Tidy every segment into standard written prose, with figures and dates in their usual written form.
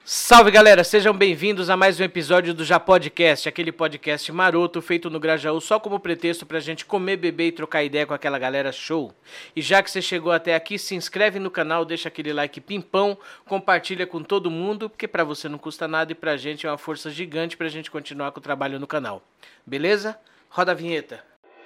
Salve galera, sejam bem-vindos a mais um episódio do Já Podcast, aquele podcast maroto feito no Grajaú só como pretexto pra gente comer, beber e trocar ideia com aquela galera show. E já que você chegou até aqui, se inscreve no canal, deixa aquele like pimpão, compartilha com todo mundo, porque pra você não custa nada e pra gente é uma força gigante pra gente continuar com o trabalho no canal. Beleza? Roda a vinheta.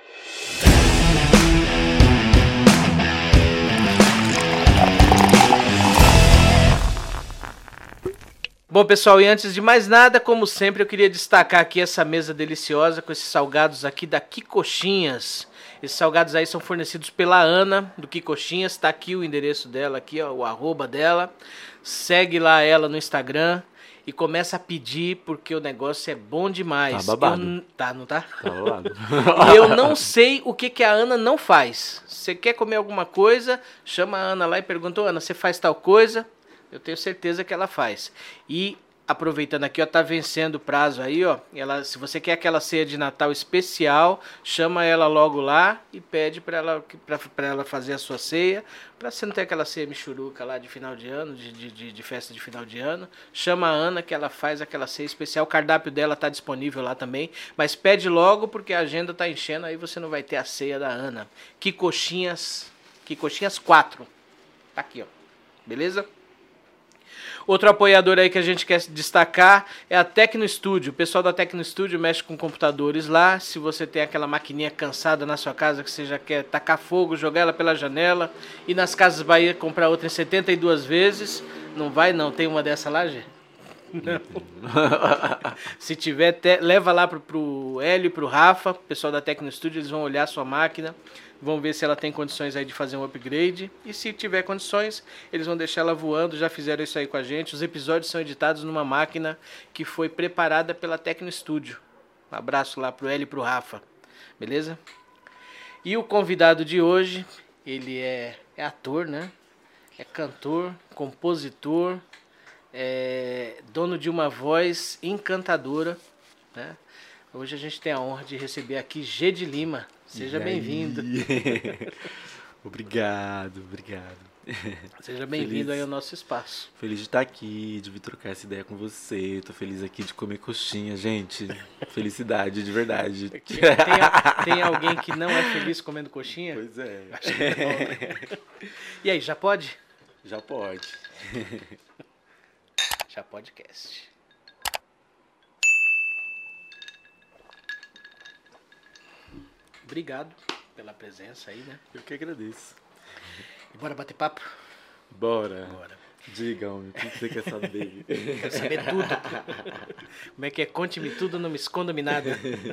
Bom, pessoal, e antes de mais nada, como sempre, eu queria destacar aqui essa mesa deliciosa com esses salgados aqui da Kikoxinhas. Esses salgados aí são fornecidos pela Ana, do Kikoxinhas. Tá aqui o endereço dela, aqui, ó, o arroba dela. Segue lá ela no Instagram e começa a pedir, porque o negócio é bom demais. Tá babado. Não tá? Tá babado. E eu não sei o que a Ana não faz. Você quer comer alguma coisa, chama a Ana lá e pergunta, Ana, você faz tal coisa? Eu tenho certeza que ela faz. E aproveitando aqui, ó, tá vencendo o prazo aí, ó. Se você quer aquela ceia de Natal especial, chama ela logo lá e pede para ela fazer a sua ceia, para você não ter aquela ceia michuruca lá de final de ano, de festa de final de ano. Chama a Ana que ela faz aquela ceia especial. O cardápio dela tá disponível lá também, mas pede logo porque a agenda tá enchendo, aí você não vai ter a ceia da Ana. Kikoxinhas 4. Tá aqui, ó. Beleza? Outro apoiador aí que a gente quer destacar é a Tecno Studio. O pessoal da Tecno Studio mexe com computadores lá. Se você tem aquela maquininha cansada na sua casa que você já quer tacar fogo, jogar ela pela janela e nas Casas Bahia comprar outra em 72 vezes, não vai não. Tem uma dessa lá, Gê? Não. Se tiver, leva lá pro Hélio e pro Rafa, o pessoal da Tecno Studio, eles vão olhar a sua máquina, vão ver se ela tem condições aí de fazer um upgrade, e se tiver condições, eles vão deixar ela voando. Já fizeram isso aí com a gente. Os episódios são editados numa máquina que foi preparada pela Tecno Studio. Um abraço lá pro Hélio e pro Rafa, beleza? E o convidado de hoje, ele é ator, né? É cantor, compositor, dono de uma voz encantadora, né? Hoje a gente tem a honra de receber aqui G de Lima. Seja bem-vindo. Obrigado. Seja bem-vindo aí ao nosso espaço. Feliz de estar aqui, de vir trocar essa ideia com você. Tô feliz aqui de comer coxinha, gente. Felicidade, de verdade. Tem alguém que não é feliz comendo coxinha? Pois é. Acho que não, né? E aí, já pode? Já pode. Já podcast. Obrigado pela presença aí, né? Eu que agradeço. E bora bater papo? Bora. Diga, homem, o que você quer saber? Quero saber tudo. Como é que é? Conte-me tudo, não me esconda-me nada.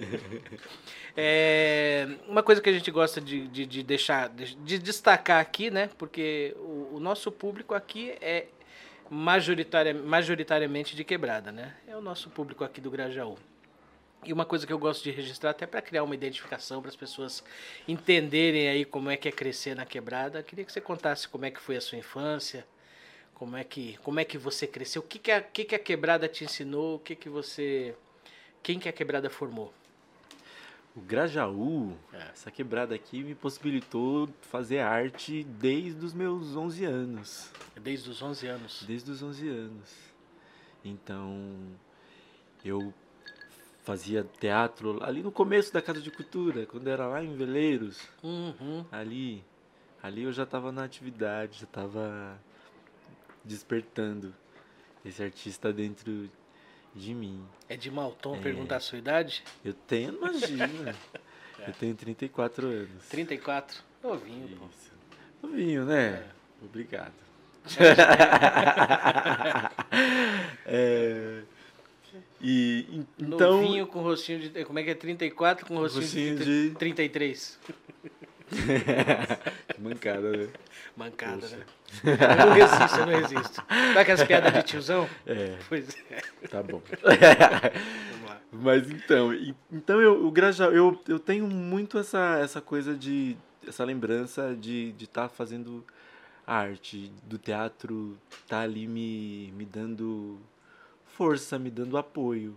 Uma coisa que a gente gosta de destacar aqui, né? Porque o nosso público aqui é majoritariamente de quebrada, né? É o nosso público aqui do Grajaú. E uma coisa que eu gosto de registrar, até para criar uma identificação, para as pessoas entenderem aí como é que é crescer na quebrada, queria que você contasse como é que foi a sua infância, como é que você cresceu, o que a quebrada te ensinou, quem que a quebrada formou? O Grajaú, essa quebrada aqui me possibilitou fazer arte desde os meus 11 anos. Desde os 11 anos? Desde os 11 anos. Então, eu fazia teatro ali no começo da Casa de Cultura, quando era lá em Veleiros. Uhum. Ali eu já estava na atividade, já estava despertando esse artista dentro de mim. É de mau tom perguntar a sua idade? Eu tenho, imagina. Eu tenho 34 anos. 34? Novinho, pô. Isso. Novinho, né? Obrigado. Então, novinho com rostinho de... Como é que é? 34 com rostinho de 33. Mancada, né? Mancada, Poxa. né? Eu não resisto. Sabe aquelas piadas de tiozão? Pois é. Tá bom. Vamos lá. Mas então o Grajaú, eu tenho muito essa coisa essa lembrança de estar fazendo arte, do teatro tá ali me dando força, me dando apoio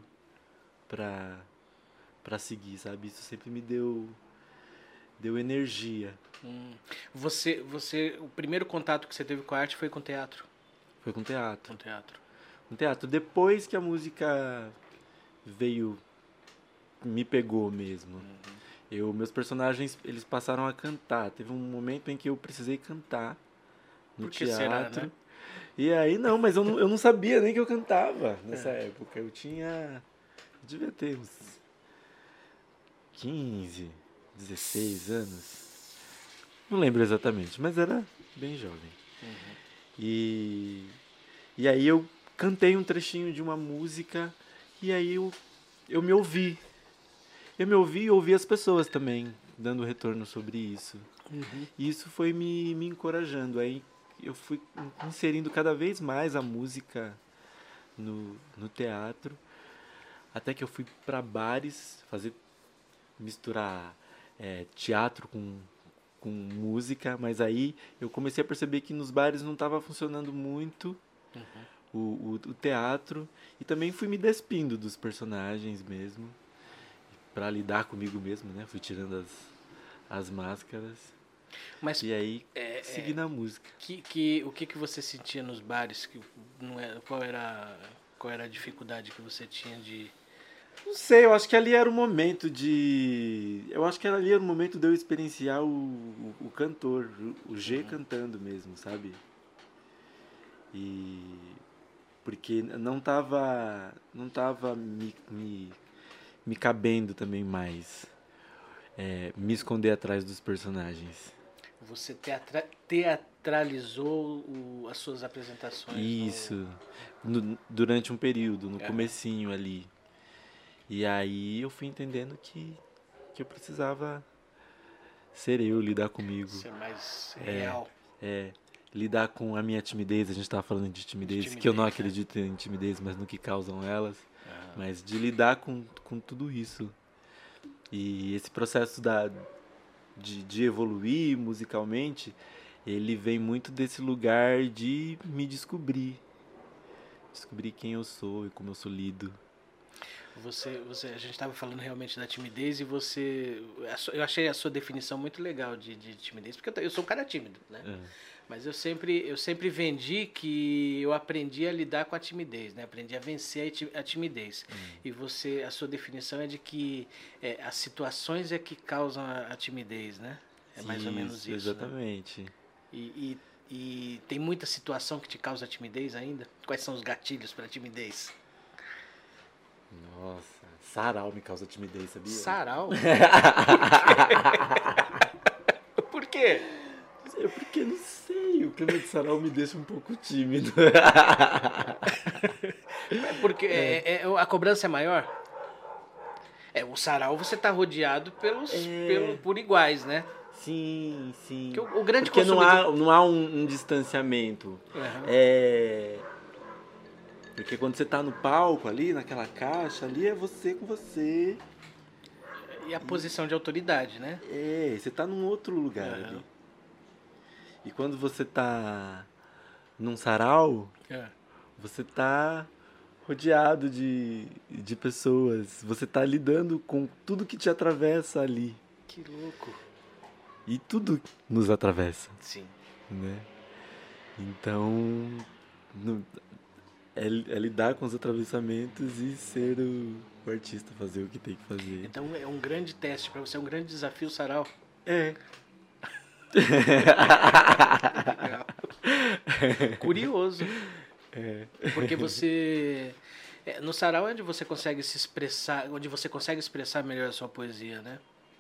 pra seguir, sabe? Isso sempre me deu energia. O primeiro contato que você teve com a arte foi com teatro? Foi com teatro. Com teatro. no teatro. Depois que a música veio, me pegou mesmo. Meus personagens, eles passaram a cantar. Teve um momento em que eu precisei cantar no Por que teatro. será, né? E aí não, mas eu não sabia nem que eu cantava nessa época. Eu devia ter uns 15, 16 anos. Não lembro exatamente, mas era bem jovem. E aí eu cantei um trechinho de uma música e aí eu me ouvi. Eu me ouvi e ouvi as pessoas também dando retorno sobre isso. E isso foi me encorajando. Aí eu fui inserindo cada vez mais a música no teatro. Até que eu fui para bares misturar teatro com música. Mas aí eu comecei a perceber que nos bares não estava funcionando muito o teatro. E também fui me despindo dos personagens mesmo. Para lidar comigo mesmo, né? Fui tirando as máscaras. Mas e aí segui na música. O que você sentia nos bares? Qual era a dificuldade que você tinha de... Não sei, eu acho que ali era o momento de... Eu acho que ali era o momento de eu experienciar o cantor, o G cantando mesmo, sabe? Porque não tava me cabendo também mais me esconder atrás dos personagens. Você teatralizou as suas apresentações? Isso, durante um período, no comecinho ali. E aí eu fui entendendo que eu precisava ser eu, lidar comigo. Ser mais real. Lidar com a minha timidez. A gente estava falando de timidez, que eu não acredito em timidez, mas no que causam elas. Mas de lidar com tudo isso. E esse processo de evoluir musicalmente, ele vem muito desse lugar de me descobrir. Descobrir quem eu sou e como eu sou lido. A gente estava falando realmente da timidez e eu achei a sua definição muito legal de timidez, porque eu sou um cara tímido, né? Mas eu sempre vendi que eu aprendi a lidar com a timidez, né? Aprendi a vencer a timidez. E a sua definição é de que as situações é que causam a timidez, né? É mais ou menos isso. Exatamente. Né? E tem muita situação que te causa timidez ainda? Quais são os gatilhos para timidez? Nossa, sarau me causa timidez, sabia? Sarau? Por quê? Porque não sei, o clima de sarau me deixa um pouco tímido. Porque a cobrança é maior? O sarau você tá rodeado por iguais, né? Sim. O grande porque consumidor... não há um distanciamento. Porque quando você tá no palco ali, naquela caixa, ali é você com você. E a posição de autoridade, né? Você tá num outro lugar ali. E quando você tá num sarau, você tá rodeado de pessoas. Você tá lidando com tudo que te atravessa ali. Que louco. E tudo nos atravessa. Sim. Né? Então, é lidar com os atravessamentos e ser o artista, fazer o que tem que fazer. Então é um grande teste para você, é um grande desafio, sarau. Curioso. Porque você... no sarau é onde você consegue se expressar, onde você consegue expressar melhor a sua poesia, né?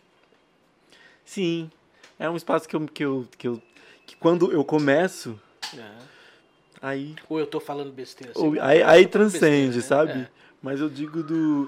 Sim. É um espaço que quando eu começo... Aí, ou eu tô falando besteira assim, aí transcende, besteira, sabe? Mas eu digo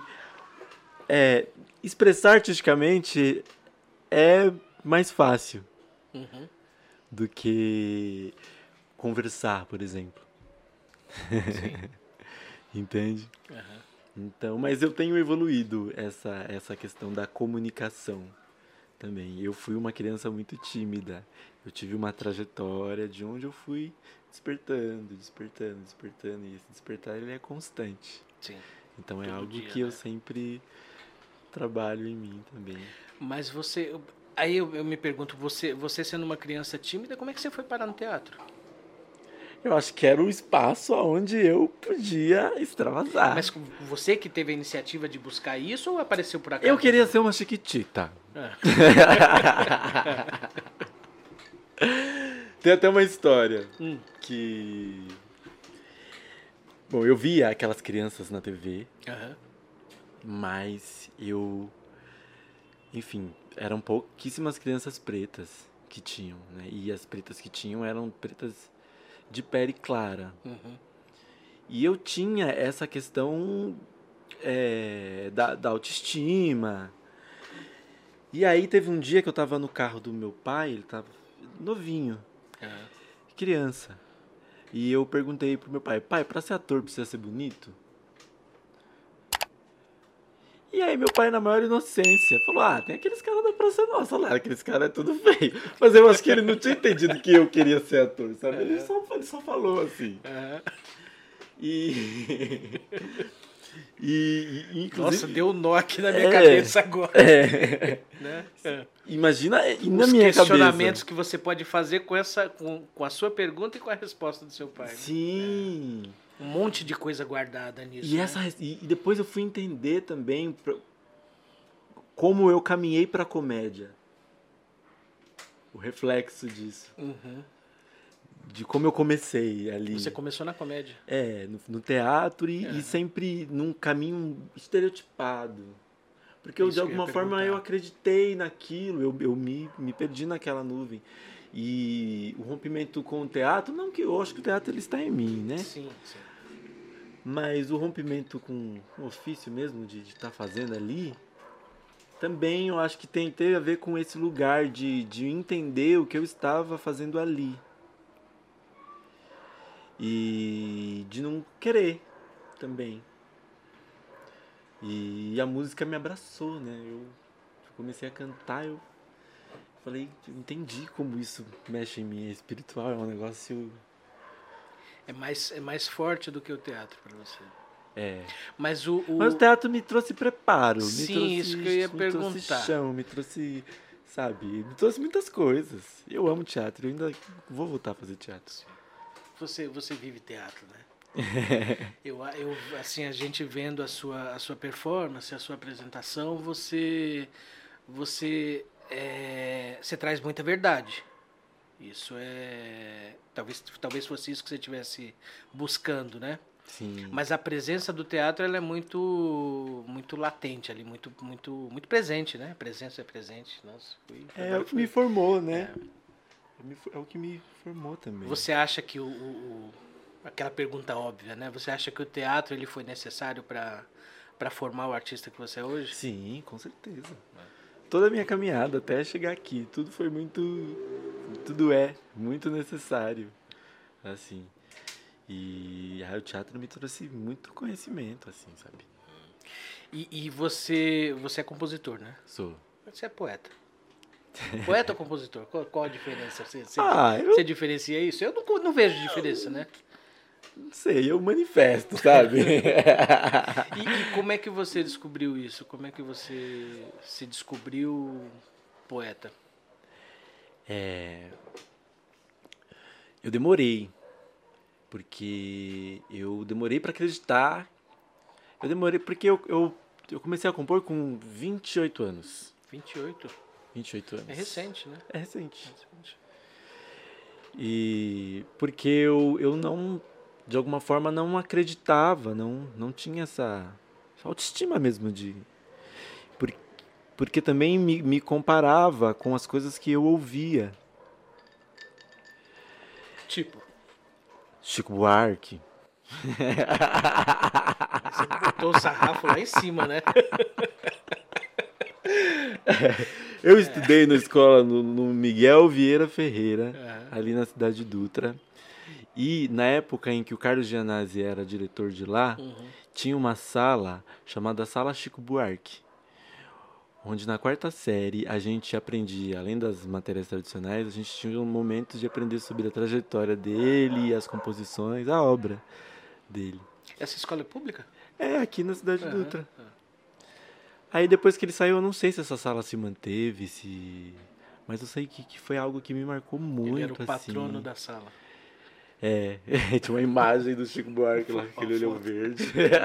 expressar artisticamente é mais fácil do que conversar, por exemplo. Sim. Entende? Então, mas eu tenho evoluído essa questão da comunicação também. Eu fui uma criança muito tímida. Eu tive uma trajetória de onde eu fui despertando. E esse despertar, ele é constante. Sim. Então é algo que eu sempre trabalho em mim também. Mas você... Aí eu me pergunto, você sendo uma criança tímida, como é que você foi parar no teatro? Eu acho que era um espaço onde eu podia extravasar. Mas você que teve a iniciativa de buscar isso ou apareceu por acaso? Eu queria ser uma chiquitita. Ah. Tem até uma história que... Bom, eu via aquelas crianças na TV, mas eu... Enfim, eram pouquíssimas crianças pretas que tinham, né? E as pretas que tinham eram pretas de pele clara. E eu tinha essa questão da autoestima. E aí teve um dia que eu tava no carro do meu pai, ele tava novinho, criança. E eu perguntei pro meu pai, pra ser ator precisa ser bonito? E aí meu pai, na maior inocência, falou, tem aqueles caras da Praça Nossa lá, aqueles caras é tudo feio. Mas eu acho que ele não tinha entendido que eu queria ser ator, sabe? Ele só falou assim. E inclusive... Nossa, deu um nó aqui na minha cabeça agora. Né? Imagina na os minha questionamentos cabeça. que você pode fazer com a sua pergunta e com a resposta do seu pai. Sim. Né? Um monte de coisa guardada nisso. E depois eu fui entender também como eu caminhei para a comédia. O reflexo disso. De como eu comecei ali. Você começou na comédia. No teatro e sempre num caminho estereotipado. Porque eu, de alguma forma eu acreditei naquilo, eu me perdi naquela nuvem. E o rompimento com o teatro, não que eu acho que o teatro ele está em mim, né? Sim. Mas o rompimento com o ofício mesmo, de estar fazendo ali, também eu acho que tem a ver com esse lugar de entender o que eu estava fazendo ali. E de não querer também. E a música me abraçou, né? Eu comecei a cantar, eu falei, eu entendi como isso mexe em mim, é espiritual, é um negócio... É mais forte do que o teatro para você. Mas o teatro me trouxe preparo. Sim, isso que eu ia perguntar. Me trouxe chão, me trouxe, sabe, me trouxe muitas coisas. Eu amo teatro, eu ainda vou voltar a fazer teatro. Você vive teatro, né? eu assim, a gente vendo a sua performance, a sua apresentação, você traz muita verdade. Isso talvez fosse isso que você estivesse buscando, né? Sim. Mas a presença do teatro ela é muito latente ali, muito presente, né? A presença é presente. Nossa, é o que me formou, né? É o que me formou também. Você acha que aquela pergunta óbvia, né? Você acha que o teatro ele foi necessário para formar o artista que você é hoje? Sim, com certeza. Toda a minha caminhada até chegar aqui, tudo foi tudo é muito necessário, assim. E o teatro me trouxe muito conhecimento, assim, sabe? E você é compositor, né? Sou. Você é poeta. Poeta ou compositor? Qual a diferença? Você diferencia isso? Eu não vejo diferença, né? Não sei, eu manifesto, sabe? E como é que você descobriu isso? Como é que você se descobriu poeta? Eu demorei. Porque eu demorei para acreditar. Eu demorei porque eu comecei a compor com 28 anos. 28? 28 anos. É recente, né? É recente. E porque eu não, de alguma forma, não acreditava, não tinha essa autoestima mesmo porque também me comparava com as coisas que eu ouvia. Tipo? Chico Buarque. Você botou o sarrafo lá em cima, né? Eu estudei na escola no Miguel Vieira Ferreira, ali na cidade de Dutra. E na época em que o Carlos Gianazzi era diretor de lá, tinha uma sala chamada Sala Chico Buarque, onde na quarta série a gente aprendia, além das matérias tradicionais, a gente tinha momentos de aprender sobre a trajetória dele, as composições, a obra dele. Essa escola é pública? É, aqui na cidade de Dutra. Aí depois que ele saiu, eu não sei se essa sala se manteve, mas eu sei que foi algo que me marcou muito. Ele era o patrono da sala. Tinha uma imagem do Chico Buarque lá com aquele olhão verde.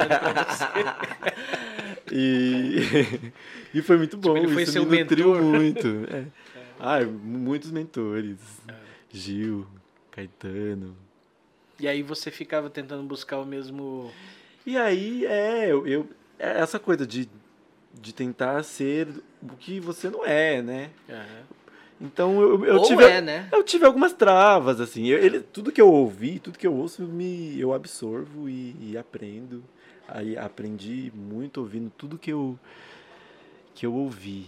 E foi muito bom, ele foi isso seu me nutriu mentor. muito. Muitos mentores. Gil, Caetano. E aí você ficava tentando buscar o mesmo... E aí, essa coisa de tentar ser o que você não é, né? Então eu tive algumas travas, assim. Tudo que eu ouvi, tudo que eu ouço, eu absorvo e aprendo. Aí aprendi muito ouvindo tudo que eu ouvi.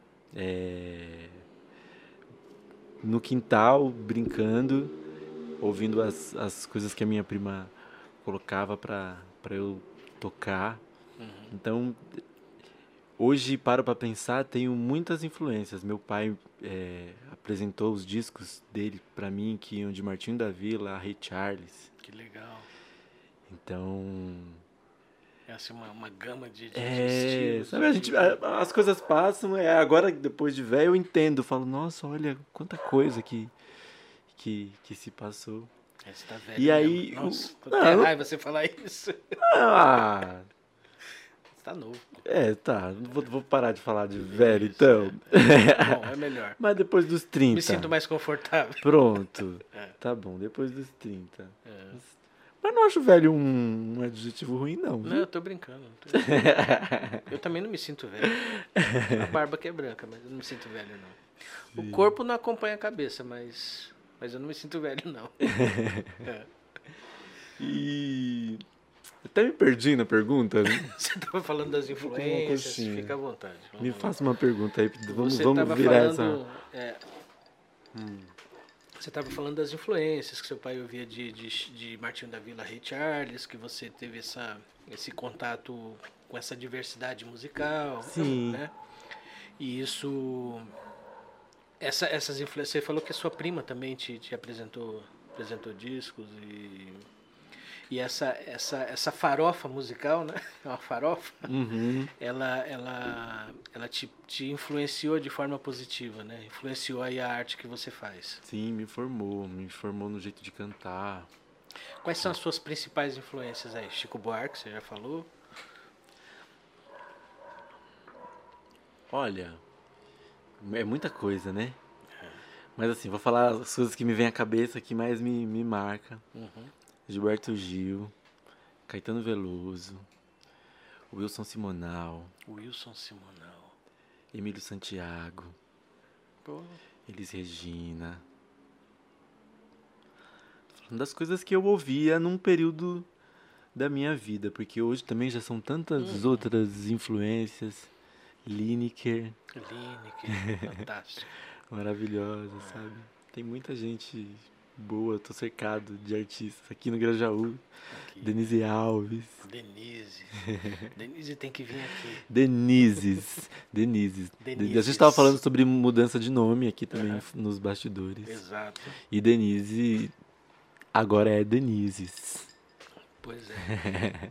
No quintal, brincando, ouvindo as coisas que a minha prima colocava pra eu tocar. Então, hoje, paro pra pensar, tenho muitas influências. Meu pai apresentou os discos dele pra mim, que iam de Martinho da Vila a Ray Charles. Que legal. Então... É assim, uma gama de estilos. Sabe, as coisas passam, agora, depois de velho, eu entendo. Eu falo, nossa, olha quanta coisa que se passou. Você tá velho E mesmo. aí... Nossa, tô até raiva você falar isso. Você tá novo. Tá. Vou parar de falar de velho, então. Bom, é melhor. Mas depois dos 30. Me sinto mais confortável. Pronto. Tá bom, depois dos 30. Mas não acho velho um adjetivo ruim, não. Não, eu tô brincando. Eu também não me sinto velho. A barba que é branca, mas eu não me sinto velho, não. O corpo não acompanha a cabeça, mas eu não me sinto velho, não. E... Até me perdi na pergunta. Você tava falando das influências, fica à vontade. Me faça uma pergunta aí, vamos tava virar falando, essa... Você estava falando das influências que seu pai ouvia de Martinho da Vila, Ray Charles, que você teve esse contato com essa diversidade musical. Sim. Né? E isso... Essas influências... Você falou que a sua prima também te apresentou discos e essa farofa musical, né? É uma farofa. Ela te influenciou de forma positiva, né? Influenciou aí a arte que você faz. Sim, me formou no jeito de cantar. Quais são as suas principais influências aí? Chico Buarque, você já falou? Olha, é muita coisa, né? Mas assim, vou falar as coisas que me vêm à cabeça, que mais me marca. Gilberto Gil, Caetano Veloso, Wilson Simonal, Emílio Santiago, Elis Regina. Falando das coisas que eu ouvia num período da minha vida, porque hoje também já são tantas outras influências. Lineker, fantástico. Maravilhosa, sabe? Tem muita gente boa, tô cercado de artistas aqui no Grajaú. Denise Alves. Denise tem que vir aqui. Denise. A gente tava falando sobre mudança de nome aqui também nos bastidores. Exato. E Denise agora é Denises. Pois é.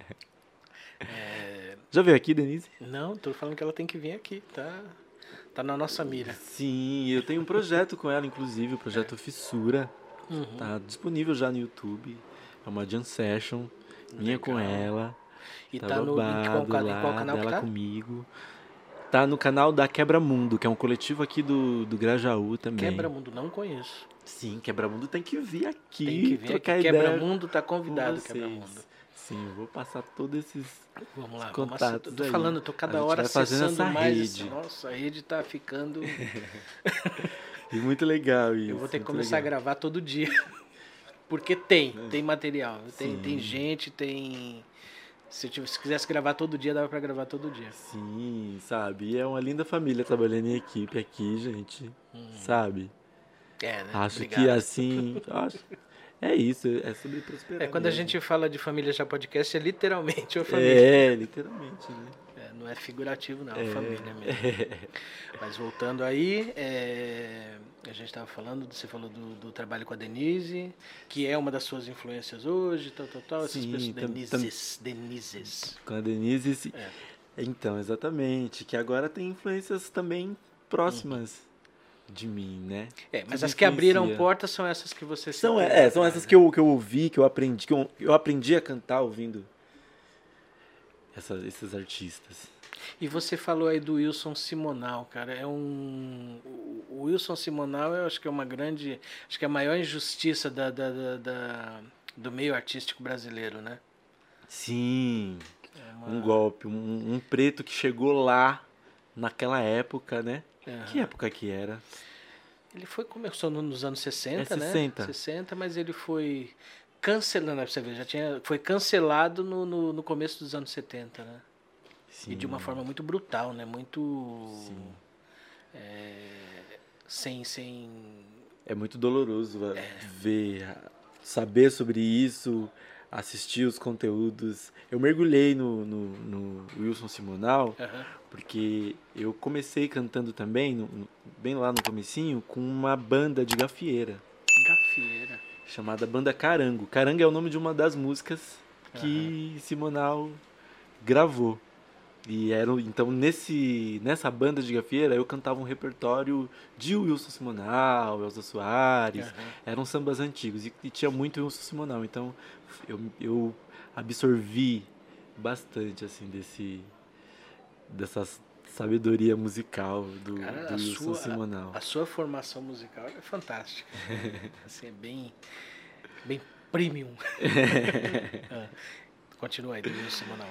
Já veio aqui, Denise? Não, tô falando que ela tem que vir aqui, tá na nossa mira. Sim, eu tenho um projeto com ela, inclusive, o projeto Fissura. Tá disponível já no YouTube. É uma jam session minha com ela. E tá no qual canal dela que tá? Comigo. Tá no canal da Quebra Mundo, que é um coletivo aqui do Grajaú também. Quebra Mundo, não conheço. Sim, Quebra Mundo tem que vir aqui. Tem que vir aqui. Quebra Mundo tá convidado, Quebra Mundo. Sim, eu vou passar todos esses contatos. Tô falando, tô cada hora acessando mais. Nossa, a rede tá ficando. E muito legal isso. Eu vou ter que começar a gravar todo dia. Porque tem material. Tem gente, tem. Se quisesse gravar todo dia, dava pra gravar todo dia. Sim, sabe? E é uma linda família trabalhando em equipe aqui, gente. Sabe? Né? Acho que assim. É isso, é sobre prosperar. Quando a gente fala de família já podcast, é literalmente uma família. Literalmente, né? Não é figurativo, não, é família mesmo. Mas voltando aí, a gente estava falando, você falou do trabalho com a Denise, que é uma das suas influências hoje, tal, essas pessoas, Denises. Com a Denise, Então, exatamente, que agora tem influências também próximas de mim, né? Mas Tudo as que abriram influencia. portas são essas que você São, citou, são né? essas que eu ouvi, que eu aprendi, eu aprendi a cantar ouvindo esses artistas. E você falou aí do Wilson Simonal, cara. O Wilson Simonal, eu acho que é uma grande. Acho que é a maior injustiça do meio artístico brasileiro, né? Sim, É uma. um golpe, um preto que chegou lá naquela época, né? Que Aham. época que era? Ele começou nos anos 60, É né? 60. 60, mas ele foi cancelado, pra você ver, foi cancelado no começo dos anos 70, né? Sim, E de uma forma muito brutal, né? Muito. sim. Sem. É muito doloroso ver, saber sobre isso, assistir os conteúdos. Eu mergulhei no Wilson Simonal, Aham. porque eu comecei cantando também, bem lá no comecinho, com uma banda de gafieira, Gafieira. chamada Banda Carango. Carango é o nome de uma das músicas Aham. que Simonal gravou. E então nessa banda de gafieira eu cantava um repertório de Wilson Simonal, Elza Soares, Aham. eram sambas antigos e tinha muito Wilson Simonal, então eu absorvi bastante assim dessa sabedoria musical Cara, do Wilson Simonal. a sua formação musical é fantástica. Assim, é bem premium. Ah, continua aí, do Wilson Simonal.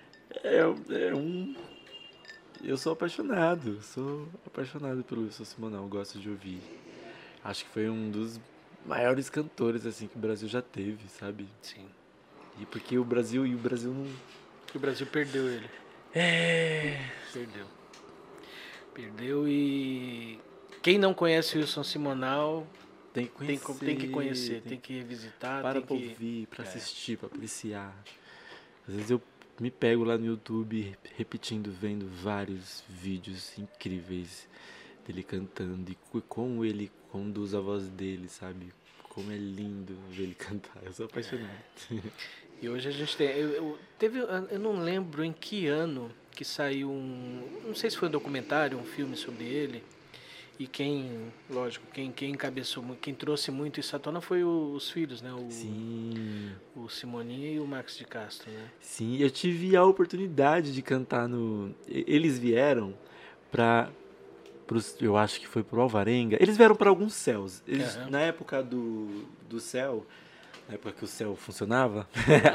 Eu sou apaixonado pelo Wilson Simonal, gosto de ouvir. Acho que foi um dos maiores cantores assim que o Brasil já teve, sabe? Sim. E porque o Brasil não O Brasil perdeu ele. Perdeu. Perdeu e quem não conhece o Wilson Simonal tem que conhecer, tem que conhecer, tem que revisitar, para tem pra que. ouvir, pra assistir, pra apreciar. Às vezes eu me pego lá no YouTube repetindo, vendo vários vídeos incríveis dele cantando e como ele conduz a voz dele, sabe? Como é lindo ver ele cantar. Eu sou apaixonado. E hoje a gente tem. Eu não lembro em que ano que saiu um. Não sei se foi um documentário, um filme sobre ele. E lógico, quem encabeçou, quem trouxe muito isso à tona foi os filhos, né? Sim. O Simoninha e o Marcos de Castro, né? Sim, eu tive a oportunidade de cantar Eles vieram pra. Eu acho que foi pro Alvarenga. Eles vieram para alguns céus. Aham. Na época do céu, na época que o céu funcionava,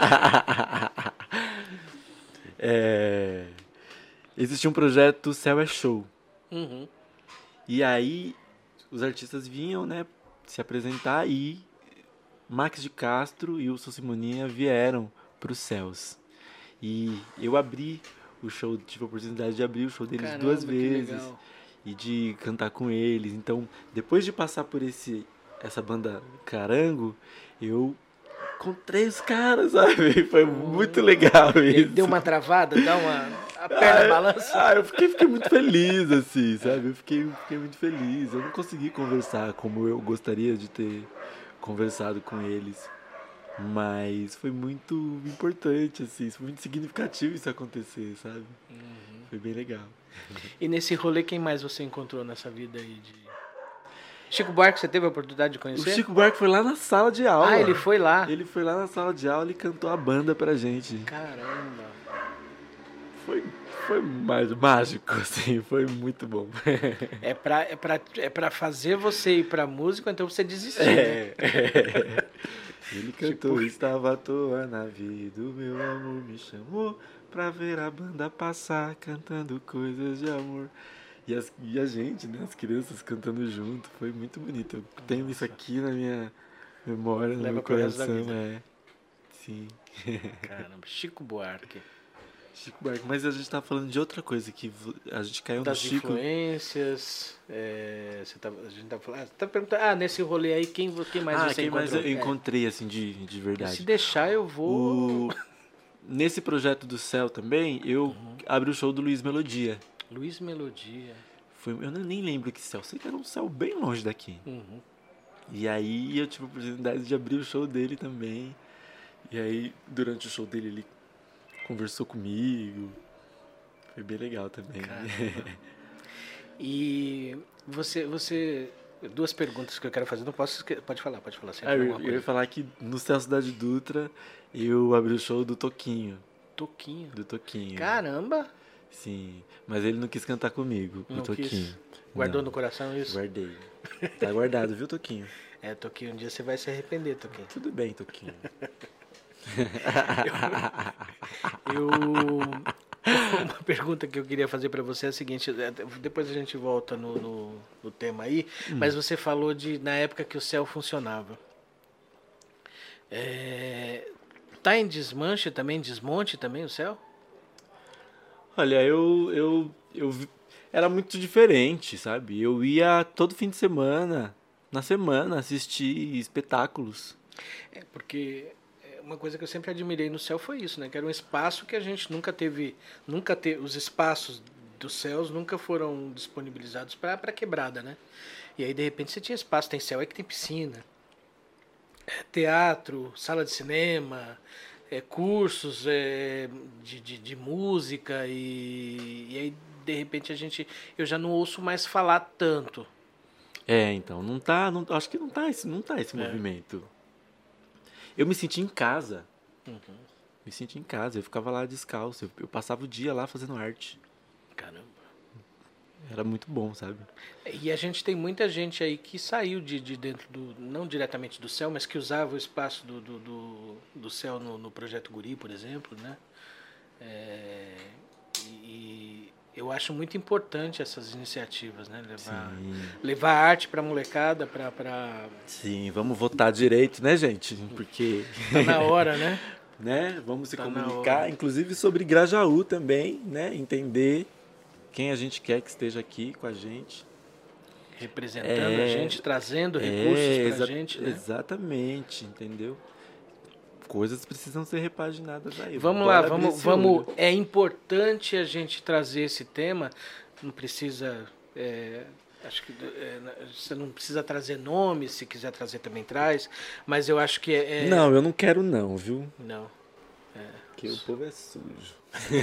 existia um projeto Céu é Show. Uhum. E aí os artistas vinham, né, se apresentar e Max de Castro e o Simoninha vieram para os céus. E eu tive a oportunidade de abrir o show deles Caramba, duas que vezes legal. e de cantar com eles. Então, depois de passar por essa banda Carango, eu encontrei os caras, sabe? Foi muito legal Ele isso. deu uma travada, a perna balança. Eu fiquei muito feliz, assim, sabe? Eu fiquei muito feliz. Eu não consegui conversar como eu gostaria de ter conversado com eles. Mas foi muito importante, assim, foi muito significativo isso acontecer, sabe? Foi bem legal. E nesse rolê, quem mais você encontrou nessa vida aí de. Chico Buarque, você teve a oportunidade de O conhecer? Chico Buarque foi lá na sala de aula. Ah, ele foi lá. Ele foi lá na sala de aula e cantou a banda pra gente. Caramba. Foi mais mágico, assim, foi muito bom. É pra fazer você ir pra música, então você desistir, né? Ele cantou, estava à toa na vida, o meu amor me chamou pra ver a banda passar, cantando coisas de amor. E a gente, né, as crianças cantando junto, foi muito bonito. Eu tenho isso aqui na minha memória, no Leva meu pro resto da coração, vida. Sim. Caramba, Chico Buarque. Chico Buarque, mas a gente tá falando de outra coisa, que a gente caiu Das no Chico. influências, a gente tá perguntando, nesse rolê aí, quem mais você quem encontrou? mais eu encontrei, assim, de verdade. Se deixar, eu vou... Nesse projeto do Céu também, eu abri o show do Luiz Melodia. Luiz Melodia. Eu nem lembro que céu, sei que era um céu bem longe daqui. Uhum. E aí eu tive a oportunidade de abrir o show dele também. E aí, durante o show dele, ele conversou comigo. Foi bem legal também. E você... Duas perguntas que eu quero fazer, não posso esquecer. Pode falar. Eu ia falar que no Céu Cidade Dutra eu abri o show do Toquinho. Toquinho. Do Toquinho. Caramba! Sim, mas ele não quis cantar comigo, Não o Toquinho. quis. Guardou Não, no coração isso? Guardei. Tá guardado, viu, Toquinho? Toquinho, um dia você vai se arrepender, Toquinho. Tudo bem, Toquinho. Uma pergunta que eu queria fazer para você é a seguinte, depois a gente volta no tema aí, mas você falou na época que o céu funcionava. Tá em desmonte também o céu? Olha, era muito diferente, sabe? Eu ia todo fim de semana, na semana, assistir espetáculos. Porque uma coisa que eu sempre admirei no céu foi isso, né? Que era um espaço que a gente nunca teve, os espaços dos céus nunca foram disponibilizados para quebrada, né? E aí de repente você tinha espaço, tem céu aí que tem piscina, teatro, sala de cinema, cursos de música e aí de repente eu já não ouço mais falar tanto. Então, acho que não tá esse movimento. Eu me senti em casa. Me senti em casa, eu ficava lá descalço, eu passava o dia lá fazendo arte. Caramba. Era muito bom, sabe? E a gente tem muita gente aí que saiu de dentro não diretamente do céu, mas que usava o espaço do céu no Projeto Guri, por exemplo, né? E eu acho muito importante essas iniciativas, né? Levar arte para a molecada, para... Sim, vamos votar direito, né, gente? Porque... Tá na hora, né? Né? Vamos se comunicar, inclusive sobre Grajaú também, né? Entender quem a gente quer que esteja aqui com a gente. Representando a gente, trazendo recursos pra gente, né? Exatamente, entendeu? Coisas precisam ser repaginadas aí. Vamos lá, vamos. É importante a gente trazer esse tema. Não precisa. Acho que você não precisa trazer nomes, se quiser trazer também traz. Mas eu acho que Não, eu não quero não, viu? Não. Porque o povo é sujo.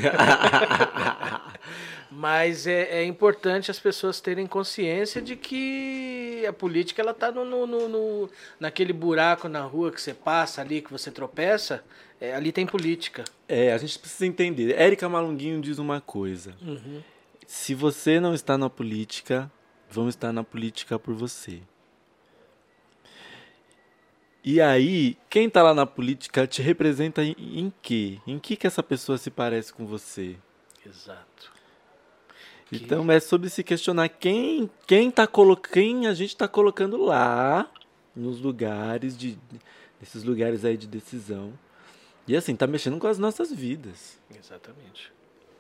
Mas é importante as pessoas terem consciência de que a política ela está naquele buraco na rua que você passa ali, que você tropeça, ali tem política. A gente precisa entender. Érica Malunguinho diz uma coisa. Se você não está na política, vão estar na política por você. E aí, quem tá lá na política te representa em quê? Em que essa pessoa se parece com você? Exato. Então é sobre se questionar quem a gente tá colocando lá nos lugares nesses lugares aí de decisão. E assim, tá mexendo com as nossas vidas. Exatamente.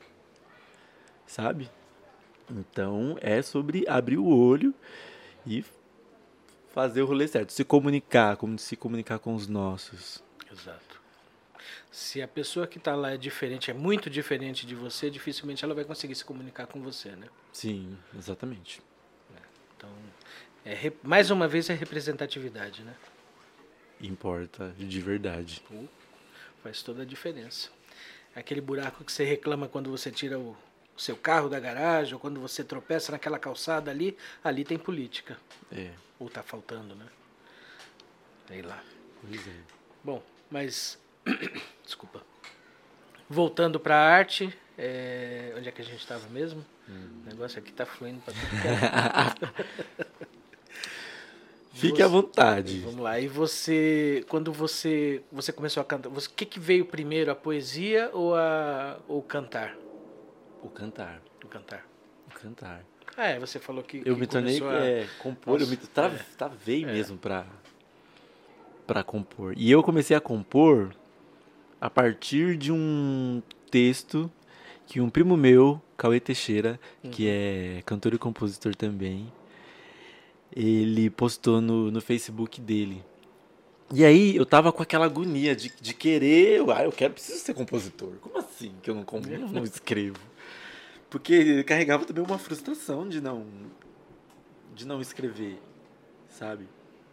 Sabe? Então é sobre abrir o olho e fazer o rolê certo, se comunicar com os nossos. Exato. Se a pessoa que está lá é diferente, é muito diferente de você, dificilmente ela vai conseguir se comunicar com você, né? Sim, exatamente. Então, mais uma vez é representatividade, né? Importa, de verdade. Faz toda a diferença. Aquele buraco que você reclama quando você tira o seu carro da garagem, ou quando você tropeça naquela calçada ali tem política. Ou tá faltando, né? Sei lá. Pois é. Bom, mas... Desculpa. Voltando para a arte, onde é que a gente estava mesmo? O negócio aqui tá fluindo para tudo que é. Fique à vontade. Vamos lá. E quando você começou a cantar, o que veio primeiro, a poesia ou o cantar? O cantar. O cantar. O cantar. Você falou que eu me tornei compor, eu me travei É. mesmo para compor. E eu comecei a compor a partir de um texto que um primo meu, Cauê Teixeira, que é cantor e compositor também, ele postou no Facebook dele. E aí eu tava com aquela agonia de querer, preciso ser compositor. Como assim que eu não escrevo? Porque carregava também uma frustração de não escrever, sabe?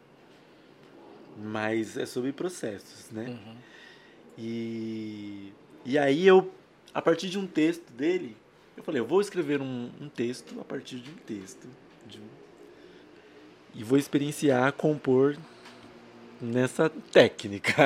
Mas é sobre processos, né? E aí eu, a partir de um texto dele, Eu falei, eu vou escrever um texto a partir de um texto. E vou experienciar compor nessa técnica.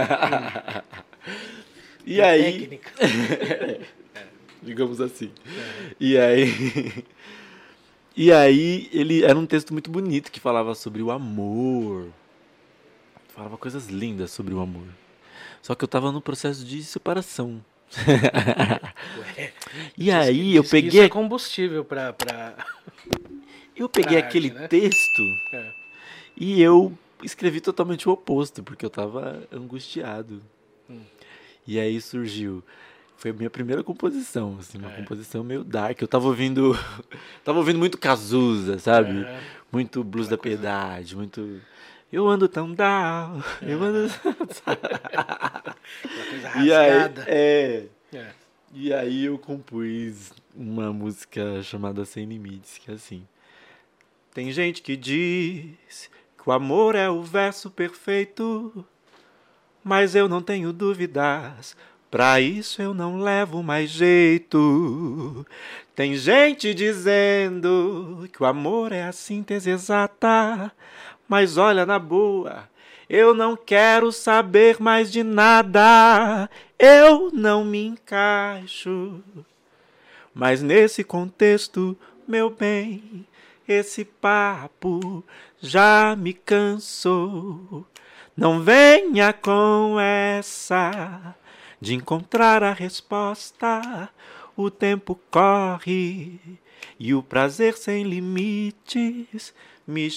E aí... Técnica. digamos assim. E aí... E aí, ele era um texto muito bonito que falava sobre o amor. Falava coisas lindas sobre o amor. Só que eu tava no processo de separação. Ué, E aí eu diz que isso peguei, é combustível pra eu peguei pra aquele arte, né? texto É. e eu escrevi totalmente o oposto, porque eu tava angustiado. E aí surgiu, foi a minha primeira composição, assim, uma composição meio dark. Eu tava ouvindo muito Cazuza, sabe? Aham. Muito Blues Aquela da coisa. Piedade, muito eu ando tão down, eu ando. Aquela coisa E aí, rasgada. É. e aí eu compus uma música chamada Sem Limites, que é assim. Tem gente que diz que o amor é o verso perfeito, mas eu não tenho dúvidas, pra isso eu não levo mais jeito. Tem gente dizendo que o amor é a síntese exata, mas olha na boa, eu não quero saber mais de nada. Eu não me encaixo. Mas nesse contexto, meu bem, esse papo já me cansou. Não venha com essa de encontrar a resposta. O tempo corre e o prazer sem limites me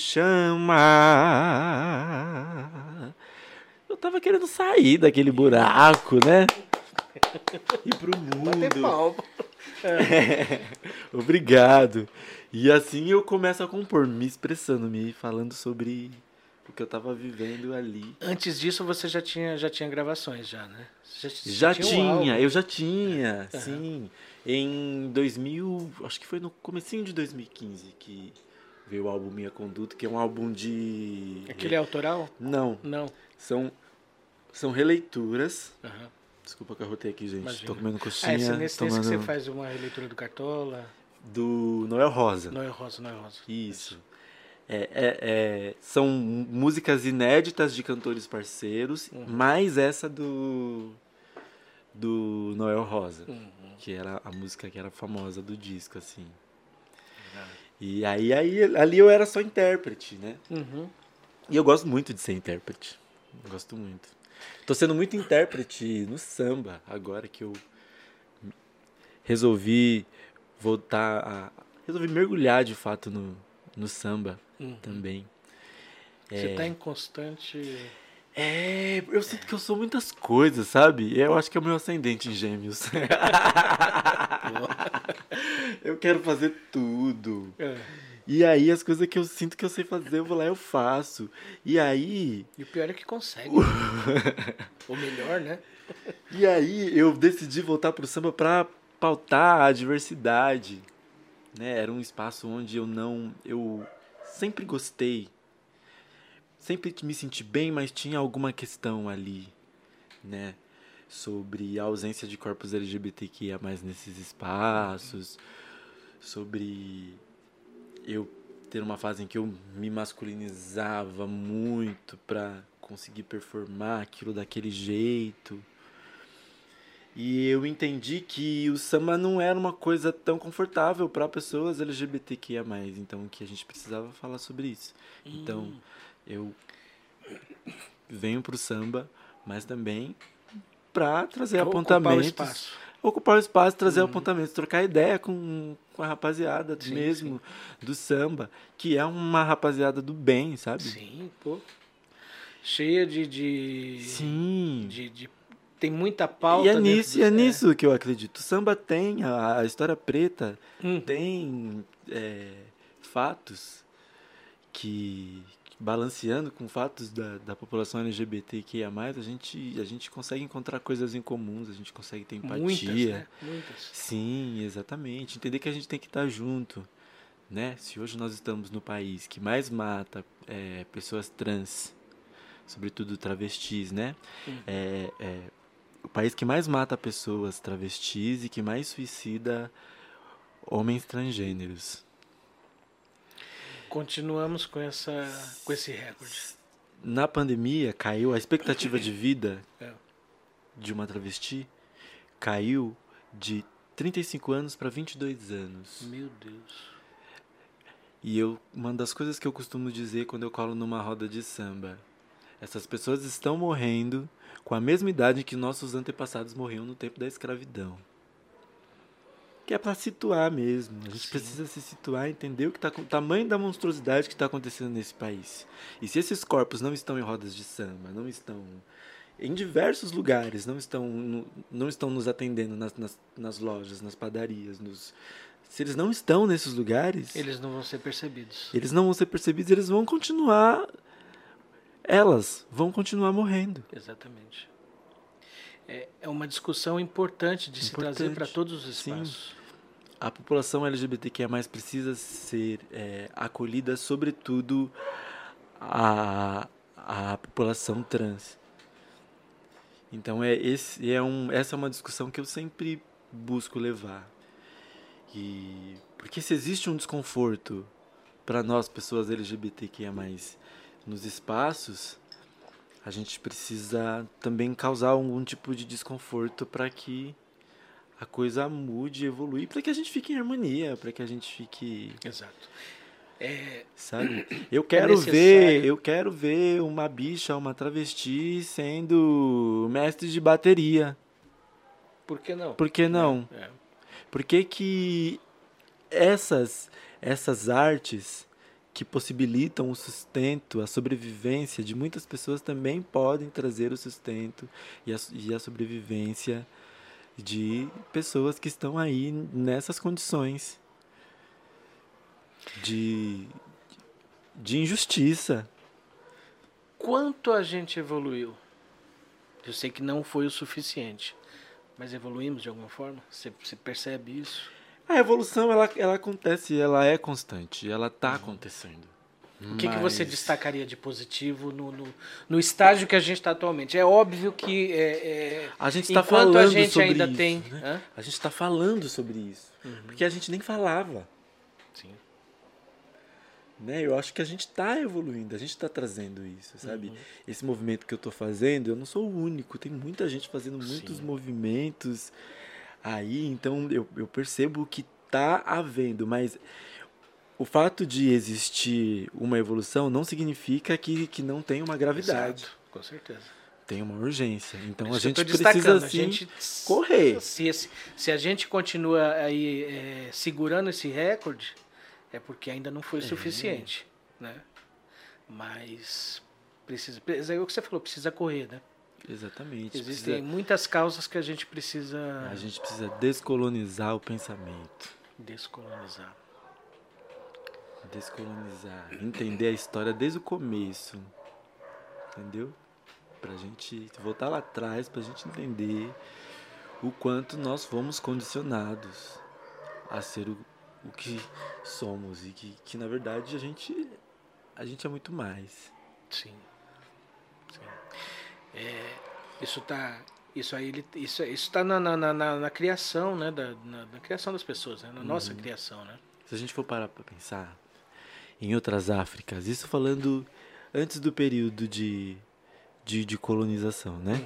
chama. Eu tava querendo sair daquele buraco, né? Ir pro Bater mundo. palma. Obrigado. E assim eu começo a compor, me expressando, me falando sobre o que eu tava vivendo ali. Antes disso, você já tinha gravações, já, né? Você Já tinha um tinha, álbum. eu já tinha, sim. Em 2000, acho que foi no comecinho de 2015 que veio o álbum Minha Conduta, que é um álbum de... Aquele é autoral? Não, Não. são releituras. Aham. Desculpa que eu rotei aqui, gente. Imagina. Tô comendo Ah, coxinha, nesse que tomando você faz uma releitura do Cartola. do Noel Rosa. Não é rosa, não é rosa. Isso. São músicas inéditas de cantores parceiros, mais essa do Noel Rosa, que era a música que era famosa do disco, assim. E aí ali eu era só intérprete, né? Uhum. E eu gosto muito de ser intérprete. Gosto muito. Tô sendo muito intérprete no samba, agora que eu resolvi resolvi mergulhar de fato no samba também. Você tá em constante. Eu sinto que eu sou muitas coisas, sabe? Eu acho que é o meu ascendente em Gêmeos. Eu quero fazer tudo. É. E aí as coisas que eu sinto que eu sei fazer, eu vou lá e eu faço. E aí... E o pior é que consegue. Ou melhor, né? E aí eu decidi voltar pro samba pra pautar a diversidade. Né? Era um espaço onde eu sempre gostei. Sempre me senti bem, mas tinha alguma questão ali, né? Sobre a ausência de corpos LGBTQIA+ nesses espaços, sobre eu ter uma fase em que eu me masculinizava muito pra conseguir performar aquilo daquele jeito. E eu entendi que o samba não era uma coisa tão confortável para pessoas LGBTQIA+, então que a gente precisava falar sobre isso. Então, eu venho pro samba, mas também para trazer apontamentos. Ocupar o espaço, trazer apontamentos, trocar ideia com a rapaziada mesmo do samba, que é uma rapaziada do bem, sabe? Sim, pô. Cheia de. Sim. Tem muita pauta. E é nisso que eu acredito. O samba tem, a história preta tem fatos que, balanceando com fatos da população LGBTQIA+, a gente consegue encontrar coisas em comuns, a gente consegue ter empatia. Muitas, né? Muitas. Sim, exatamente. Entender que a gente tem que estar junto, né? Se hoje nós estamos no país que mais mata pessoas trans, sobretudo travestis, né? O país que mais mata pessoas travestis e que mais suicida homens transgêneros. Continuamos com esse recorde. Na pandemia, caiu a expectativa de vida É. de uma travesti, caiu de 35 anos para 22 anos. Meu Deus. E uma das coisas que eu costumo dizer quando eu colo numa roda de samba, essas pessoas estão morrendo com a mesma idade que nossos antepassados morriam no tempo da escravidão. Que é para situar mesmo. A gente precisa se situar e entender o tamanho da monstruosidade que está acontecendo nesse país. E se esses corpos não estão em rodas de samba, não estão em diversos lugares, não estão nos atendendo nas lojas, nas padarias, se eles não estão nesses lugares, eles não vão ser percebidos. Eles não vão ser percebidos, eles vão continuar. Elas vão continuar morrendo. Exatamente. É uma discussão importante de se trazer para todos os espaços. Sim. A população LGBTQIA+, precisa ser acolhida, sobretudo a população trans. Então, essa é uma discussão que eu sempre busco levar. Porque se existe um desconforto para nós, pessoas LGBTQIA+, nos espaços, a gente precisa também causar algum tipo de desconforto para que a coisa mude, evolui, para que a gente fique em harmonia, para que a gente fique... Exato. Sabe? Eu quero ver uma bicha, uma travesti sendo mestre de bateria. Por que não? Por que não? Por que essas artes que possibilitam o sustento, a sobrevivência de muitas pessoas também podem trazer o sustento e a sobrevivência de pessoas que estão aí nessas condições de injustiça. Quanto a gente evoluiu? Eu sei que não foi o suficiente, mas evoluímos de alguma forma? Você percebe isso? A evolução, ela acontece, ela é constante, ela está acontecendo. O que você destacaria de positivo no estágio que a gente está atualmente? É óbvio que a gente está falando a gente sobre ainda isso, tem, né? A gente está falando sobre isso, porque a gente nem falava. Sim. Né? Eu acho que a gente está evoluindo, a gente está trazendo isso, sabe? Esse movimento que eu estou fazendo, eu não sou o único, tem muita gente fazendo muitos movimentos aí, então eu percebo que está havendo, mas o fato de existir uma evolução não significa que não tem uma gravidade. Exato, com certeza. Tem uma urgência. Então a gente precisa sim correr. Se a gente continua aí segurando esse recorde, é porque ainda não foi o suficiente, né? Mas é o que você falou, precisa correr, né? Exatamente. Existem muitas causas que a gente precisa... A gente precisa descolonizar o pensamento. Descolonizar. Entender a história desde o começo. Entendeu? Pra gente voltar lá atrás, pra gente entender o quanto nós fomos condicionados a ser o que somos. E que na verdade a gente é muito mais. Sim. Isso tá na criação, né? Na criação das pessoas, né? Na nossa criação, né? Se a gente for parar para pensar em outras Áfricas, isso falando antes do período de colonização, né?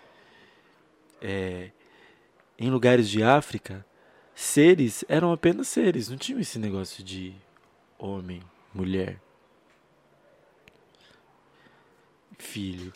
Em lugares de África, seres eram apenas seres, não tinha esse negócio de homem, mulher, filho.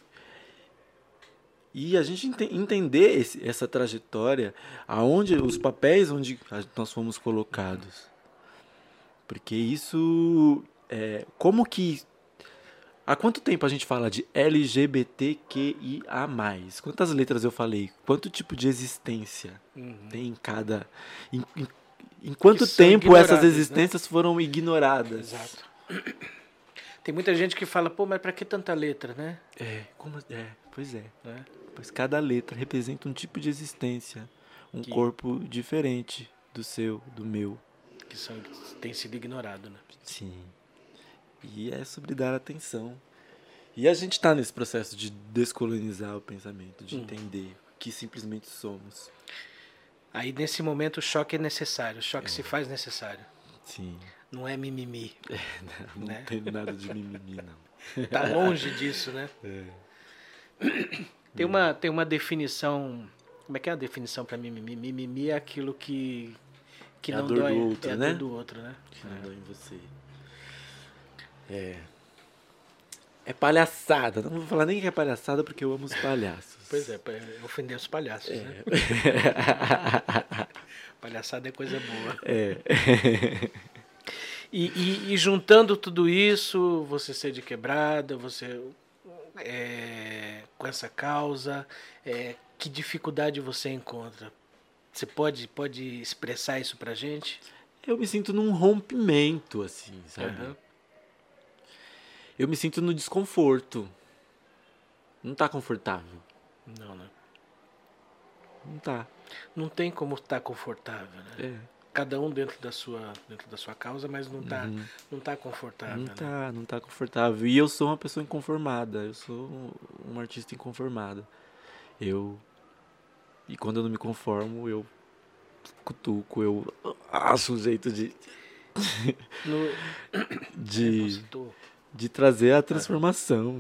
E a gente entender essa trajetória, aonde os papéis onde nós fomos colocados. Porque isso como que... Há quanto tempo a gente fala de LGBTQIA+? Quantas letras eu falei? Quanto tipo de existência tem em cada... Em quanto tempo essas existências foram ignoradas? Exato. Tem muita gente que fala, pô, mas pra que tanta letra, né? Pois é. Pois cada letra representa um tipo de existência. Corpo diferente do seu, do meu. Que tem sido ignorado, né? Sim. E é sobre dar atenção. E a gente está nesse processo de descolonizar o pensamento, de entender o que simplesmente somos. Aí nesse momento o choque é necessário, o choque se faz necessário. Sim. Não é mimimi. Não Né? tem nada de mimimi, não. Tá longe disso, né? Tem uma definição. Como é que é a definição para mimimi? Mimimi é aquilo que É a não dor dói, do outro, é a né? dor do outro, né? Que não dói em você. É palhaçada. Não vou falar nem que é palhaçada porque eu amo os palhaços. Pois é, pra ofender os palhaços, né? Palhaçada é coisa boa. E juntando tudo isso, você ser de quebrada, você com essa causa, que dificuldade você encontra? Você pode expressar isso pra gente? Eu me sinto num rompimento, assim, sabe? Uhum. Eu me sinto no desconforto. Não tá confortável. Não, né? Não tá. Não tem como estar confortável, né? É. Cada um dentro da sua causa, mas não tá confortável. Não né? tá, não tá confortável. E eu sou uma pessoa inconformada. Eu sou um artista inconformado. E quando eu não me conformo, eu cutuco, eu acho um jeito de de trazer a transformação,